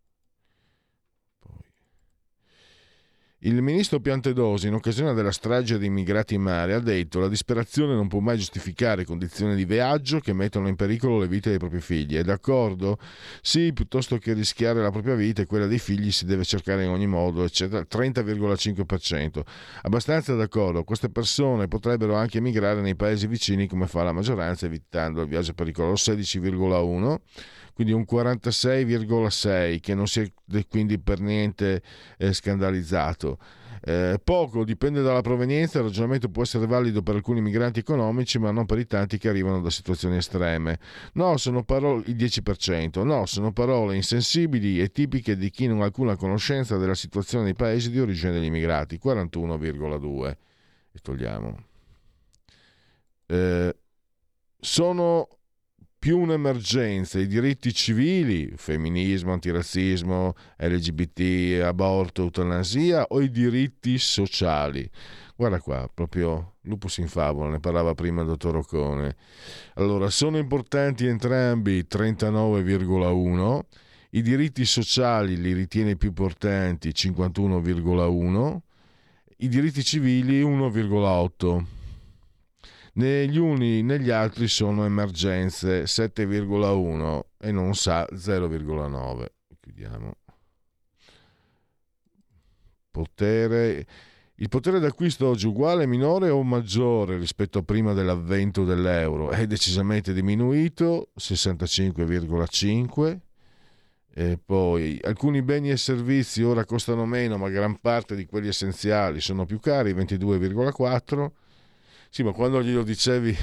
Il ministro Piantedosi, in occasione della strage di immigrati in mare, ha detto: la disperazione non può mai giustificare condizioni di viaggio che mettono in pericolo le vite dei propri figli. È d'accordo? Sì, piuttosto che rischiare la propria vita e quella dei figli si deve cercare in ogni modo, eccetera. trenta virgola cinque per cento. Abbastanza d'accordo. Queste persone potrebbero anche emigrare nei paesi vicini come fa la maggioranza, evitando il viaggio pericoloso, sedici virgola uno. Quindi un quarantasei virgola sei, che non si è quindi per niente eh, scandalizzato. Eh, poco, dipende dalla provenienza, il ragionamento può essere valido per alcuni migranti economici, ma non per i tanti che arrivano da situazioni estreme. No, sono parole, il dieci per cento, no, sono parole insensibili e tipiche di chi non ha alcuna conoscenza della situazione dei paesi di origine degli immigrati, quarantuno virgola due. E togliamo. Eh, sono più un'emergenza i diritti civili, femminismo, antirazzismo, L G B T, aborto, eutanasia, o i diritti sociali? Guarda qua, proprio lupus in favola, ne parlava prima il dottor Occone. Allora, sono importanti entrambi, trentanove virgola uno, i diritti sociali li ritiene più importanti, cinquantuno virgola uno, i diritti civili uno virgola otto. Negli uni negli altri sono emergenze, sette virgola uno, e non sa, zero virgola nove. Chiudiamo. Potere. Il potere d'acquisto oggi uguale, minore o maggiore rispetto a prima dell'avvento dell'euro? È decisamente diminuito, sessantacinque virgola cinque. E poi alcuni beni e servizi ora costano meno, ma gran parte di quelli essenziali sono più cari, ventidue virgola quattro. Sì, ma quando glielo dicevi,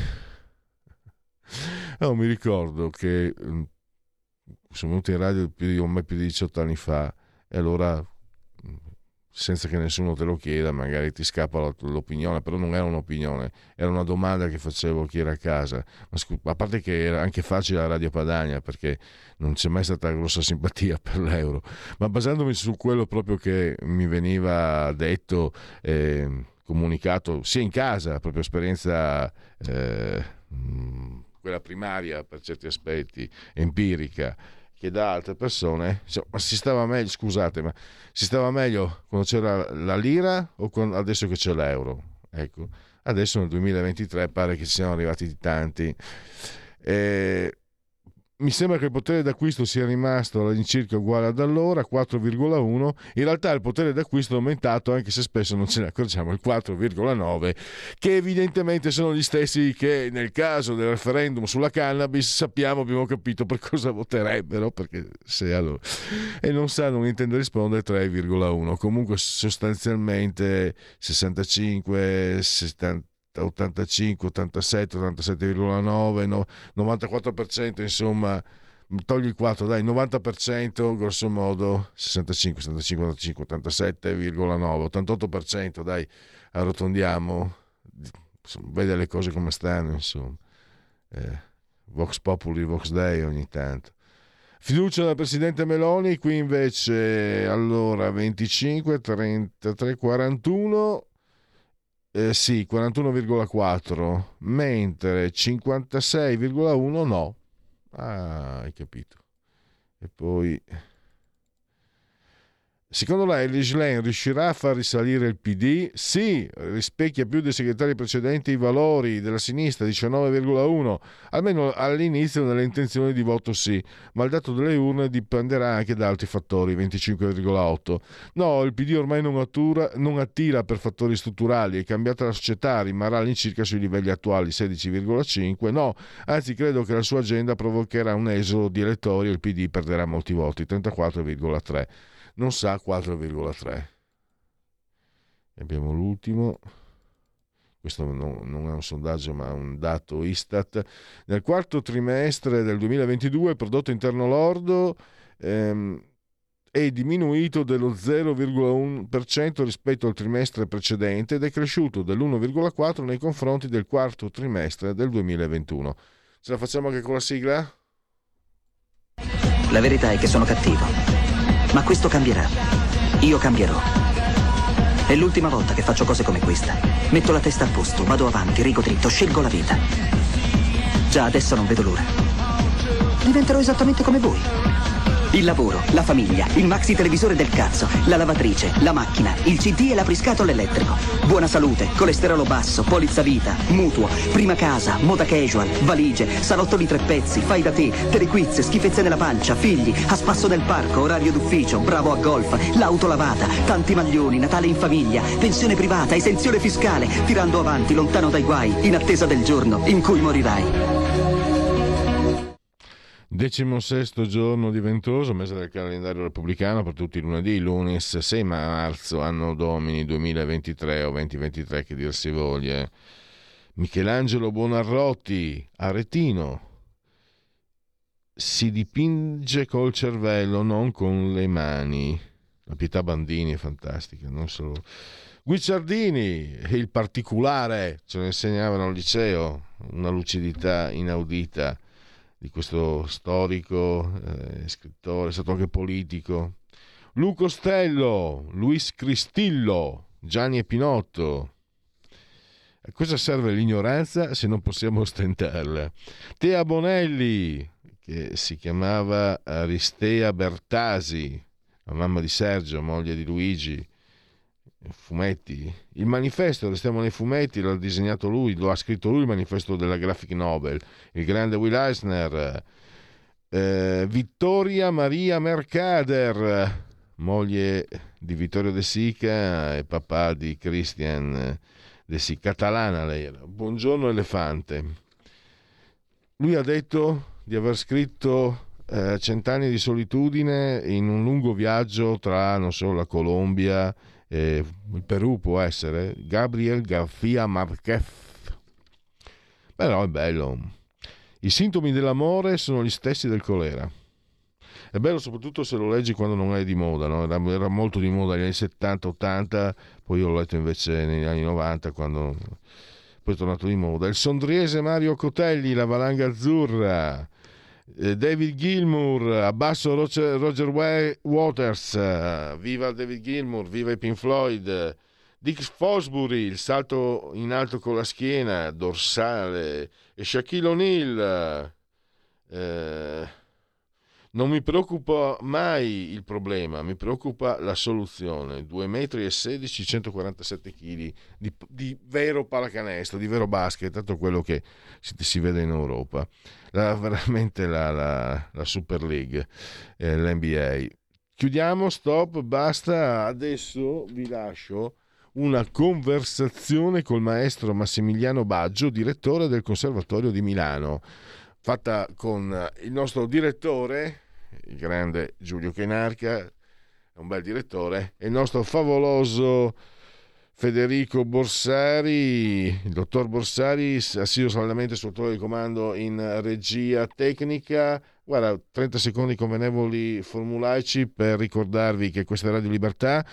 oh, mi ricordo che sono venuto in radio più di, ormai più di diciotto anni fa, e allora senza che nessuno te lo chieda, magari ti scappa l'opinione, però non era un'opinione, era una domanda che facevo a chi era a casa. Ma scu- a parte che era anche facile a Radio Padania, perché non c'è mai stata grossa simpatia per l'euro, ma basandomi su quello proprio che mi veniva detto, eh, comunicato sia in casa, proprio esperienza eh, quella primaria per certi aspetti, empirica, che da altre persone, ma si stava meglio, scusate, ma si stava meglio quando c'era la lira o con, adesso che c'è l'euro? Ecco, adesso nel duemilaventitré pare che ci siano arrivati tanti. Eh, mi sembra che il potere d'acquisto sia rimasto all'incirca uguale ad allora, quattro virgola uno. In realtà il potere d'acquisto è aumentato, anche se spesso non ce ne accorgiamo, il quattro virgola nove, che evidentemente sono gli stessi che nel caso del referendum sulla cannabis sappiamo, abbiamo capito per cosa voterebbero, perché se allora, e non sanno, non intendo rispondere, tre virgola uno. Comunque sostanzialmente sessantacinque, settanta, ottantacinque, ottantasette, ottantasette virgola nove, no, novantaquattro per cento, insomma, togli il quattro, dai, novanta per cento grosso modo, sessantacinque, settantacinque, ottantacinque, ottantasette virgola nove, ottantotto per cento, dai, arrotondiamo, vede le cose come stanno, insomma. Eh, Vox Populi, Vox Dei ogni tanto. Fiducia del presidente Meloni, qui invece allora venticinque, trentatré, quarantuno. Eh, sì, quarantuno virgola quattro, mentre cinquantasei virgola uno no. Ah, hai capito. E poi, secondo lei l'Islen riuscirà a far risalire il P D? Sì, rispecchia più dei segretari precedenti i valori della sinistra, diciannove virgola uno, almeno all'inizio nelle intenzioni di voto sì, ma il dato delle urne dipenderà anche da altri fattori, venticinque virgola otto. No, il P D ormai non, attura, non attira per fattori strutturali, è cambiata la società, rimarrà all'incirca sui livelli attuali, sedici virgola cinque. No, anzi credo che la sua agenda provocherà un esodo di elettori e il P D perderà molti voti, trentaquattro virgola tre. Non sa, quattro virgola tre. Abbiamo l'ultimo, questo non, non è un sondaggio ma un dato Istat. Nel quarto trimestre del duemilaventidue il prodotto interno lordo ehm, è diminuito dello zero virgola uno per cento rispetto al trimestre precedente ed è cresciuto dell'uno virgola quattro per cento nei confronti del quarto trimestre del duemilaventuno. Ce la facciamo anche con la sigla? La verità è che sono cattivo. Ma questo cambierà. Io cambierò. È l'ultima volta che faccio cose come questa. Metto la testa a posto, vado avanti, rigo dritto, scelgo la vita. Già adesso non vedo l'ora. Diventerò esattamente come voi. Il lavoro, la famiglia, il maxi televisore del cazzo, la lavatrice, la macchina, il C D e l'apriscatole elettrico. Buona salute, colesterolo basso, polizza vita, mutuo, prima casa, moda casual, valigie, salottoli tre pezzi, fai da te, telequiz, schifezze nella pancia, figli, a spasso nel parco, orario d'ufficio, bravo a golf, l'auto lavata, tanti maglioni, Natale in famiglia, pensione privata, esenzione fiscale, tirando avanti, lontano dai guai, in attesa del giorno in cui morirai. Decimo sesto giorno di ventoso, mese del calendario repubblicano, per tutti i lunedì, lunes sei marzo, anno domini duemilaventitré o duemilaventitré, che dir si voglia. Michelangelo Buonarroti, Aretino. Si dipinge col cervello, non con le mani. La Pietà Bandini è fantastica, non solo. Guicciardini, il particolare, ce lo insegnavano al liceo, una lucidità inaudita di questo storico, eh, scrittore, è stato anche politico. Lu Costello, Luis Cristillo, Gianni e Pinotto. A cosa serve l'ignoranza se non possiamo ostentarla? Tea Bonelli, che si chiamava Aristea Bertasi, la mamma di Sergio, moglie di Luigi. Fumetti. Il manifesto, restiamo nei fumetti, l'ha disegnato lui, lo ha scritto lui il manifesto della Graphic Novel, il grande Will Eisner. eh, Vittoria Maria Mercader, moglie di Vittorio De Sica e papà di Christian De Sica, catalana lei era. Buongiorno Elefante. Lui ha detto di aver scritto eh, Cent'anni di solitudine in un lungo viaggio tra, non so, la Colombia, Eh, il Perù può essere. Gabriel García Márquez. Però è bello. I sintomi dell'amore sono gli stessi del colera. È bello soprattutto se lo leggi quando non è di moda, no? era, era molto di moda negli anni settanta ottanta, poi io l'ho letto invece negli anni novanta, quando poi è tornato di moda. Il sondriese Mario Cotelli, La valanga azzurra. David Gilmour, Abbasso Roger, Roger Waters, viva David Gilmour, viva i Pink Floyd. Dick Fosbury, Il salto in alto con la schiena, dorsale. E Shaquille O'Neal, eh, non mi preoccupa mai il problema, mi preoccupa la soluzione. due metri e sedici, centoquarantasette chili di, di vero pallacanestro, di vero basket, tanto quello che si, si vede in Europa. La, veramente la, la, la Super League, eh, l'N B A. Chiudiamo, stop, basta. Adesso vi lascio una conversazione col maestro Massimiliano Baggio, direttore del Conservatorio di Milano, fatta con il nostro direttore, il grande Giulio Cainarca, è un bel direttore, e il nostro favoloso Federico Borsari, il dottor Borsari, assiduo saldamente sul tavolo di comando in regia tecnica. Guarda, trenta secondi convenevoli formulaici per ricordarvi che questa è Radio Libertà,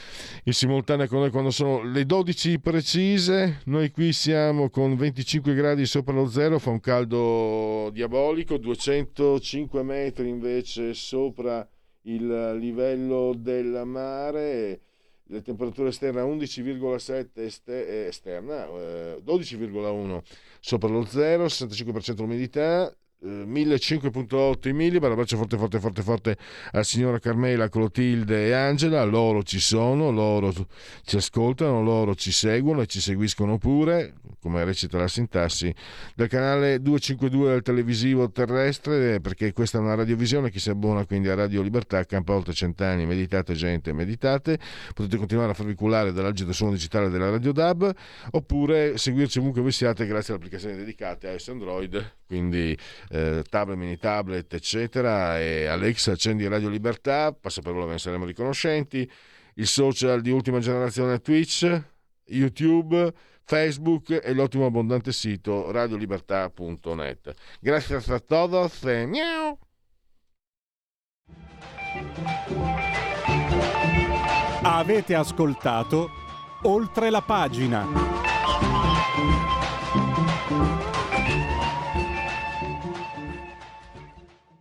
in simultanea con noi quando sono le dodici precise. Noi qui siamo con venticinque gradi sopra lo zero, fa un caldo diabolico, duecentocinque metri invece sopra il livello del mare. Le temperature esterne undici virgola sette este- esterna, eh, dodici virgola uno sopra lo zero, sessantacinque per cento l'umidità, eh, millecinquecento virgola otto i millibar. Un abbraccio forte forte forte forte a signora Carmela, Clotilde e Angela. Loro ci sono, loro ci ascoltano, loro ci seguono e ci seguiscono pure, come recita la sintassi, del canale duecentocinquantadue del televisivo terrestre, perché questa è una radiovisione. Chi si abbona quindi a Radio Libertà campa oltre cent'anni. Meditate gente, meditate. Potete continuare a farvi cullare dall'agito suono digitale della Radio D A B, oppure seguirci ovunque voi siate grazie alle applicazioni dedicate a iOS e Android, quindi eh, tablet, mini tablet eccetera. E Alexa, accendi Radio Libertà, passa per ve ne saremo riconoscenti. Il social di ultima generazione Twitch, YouTube, Facebook e l'ottimo abbondante sito radiolibertà punto net. Grazie a todos e miau. Avete ascoltato Oltre la pagina.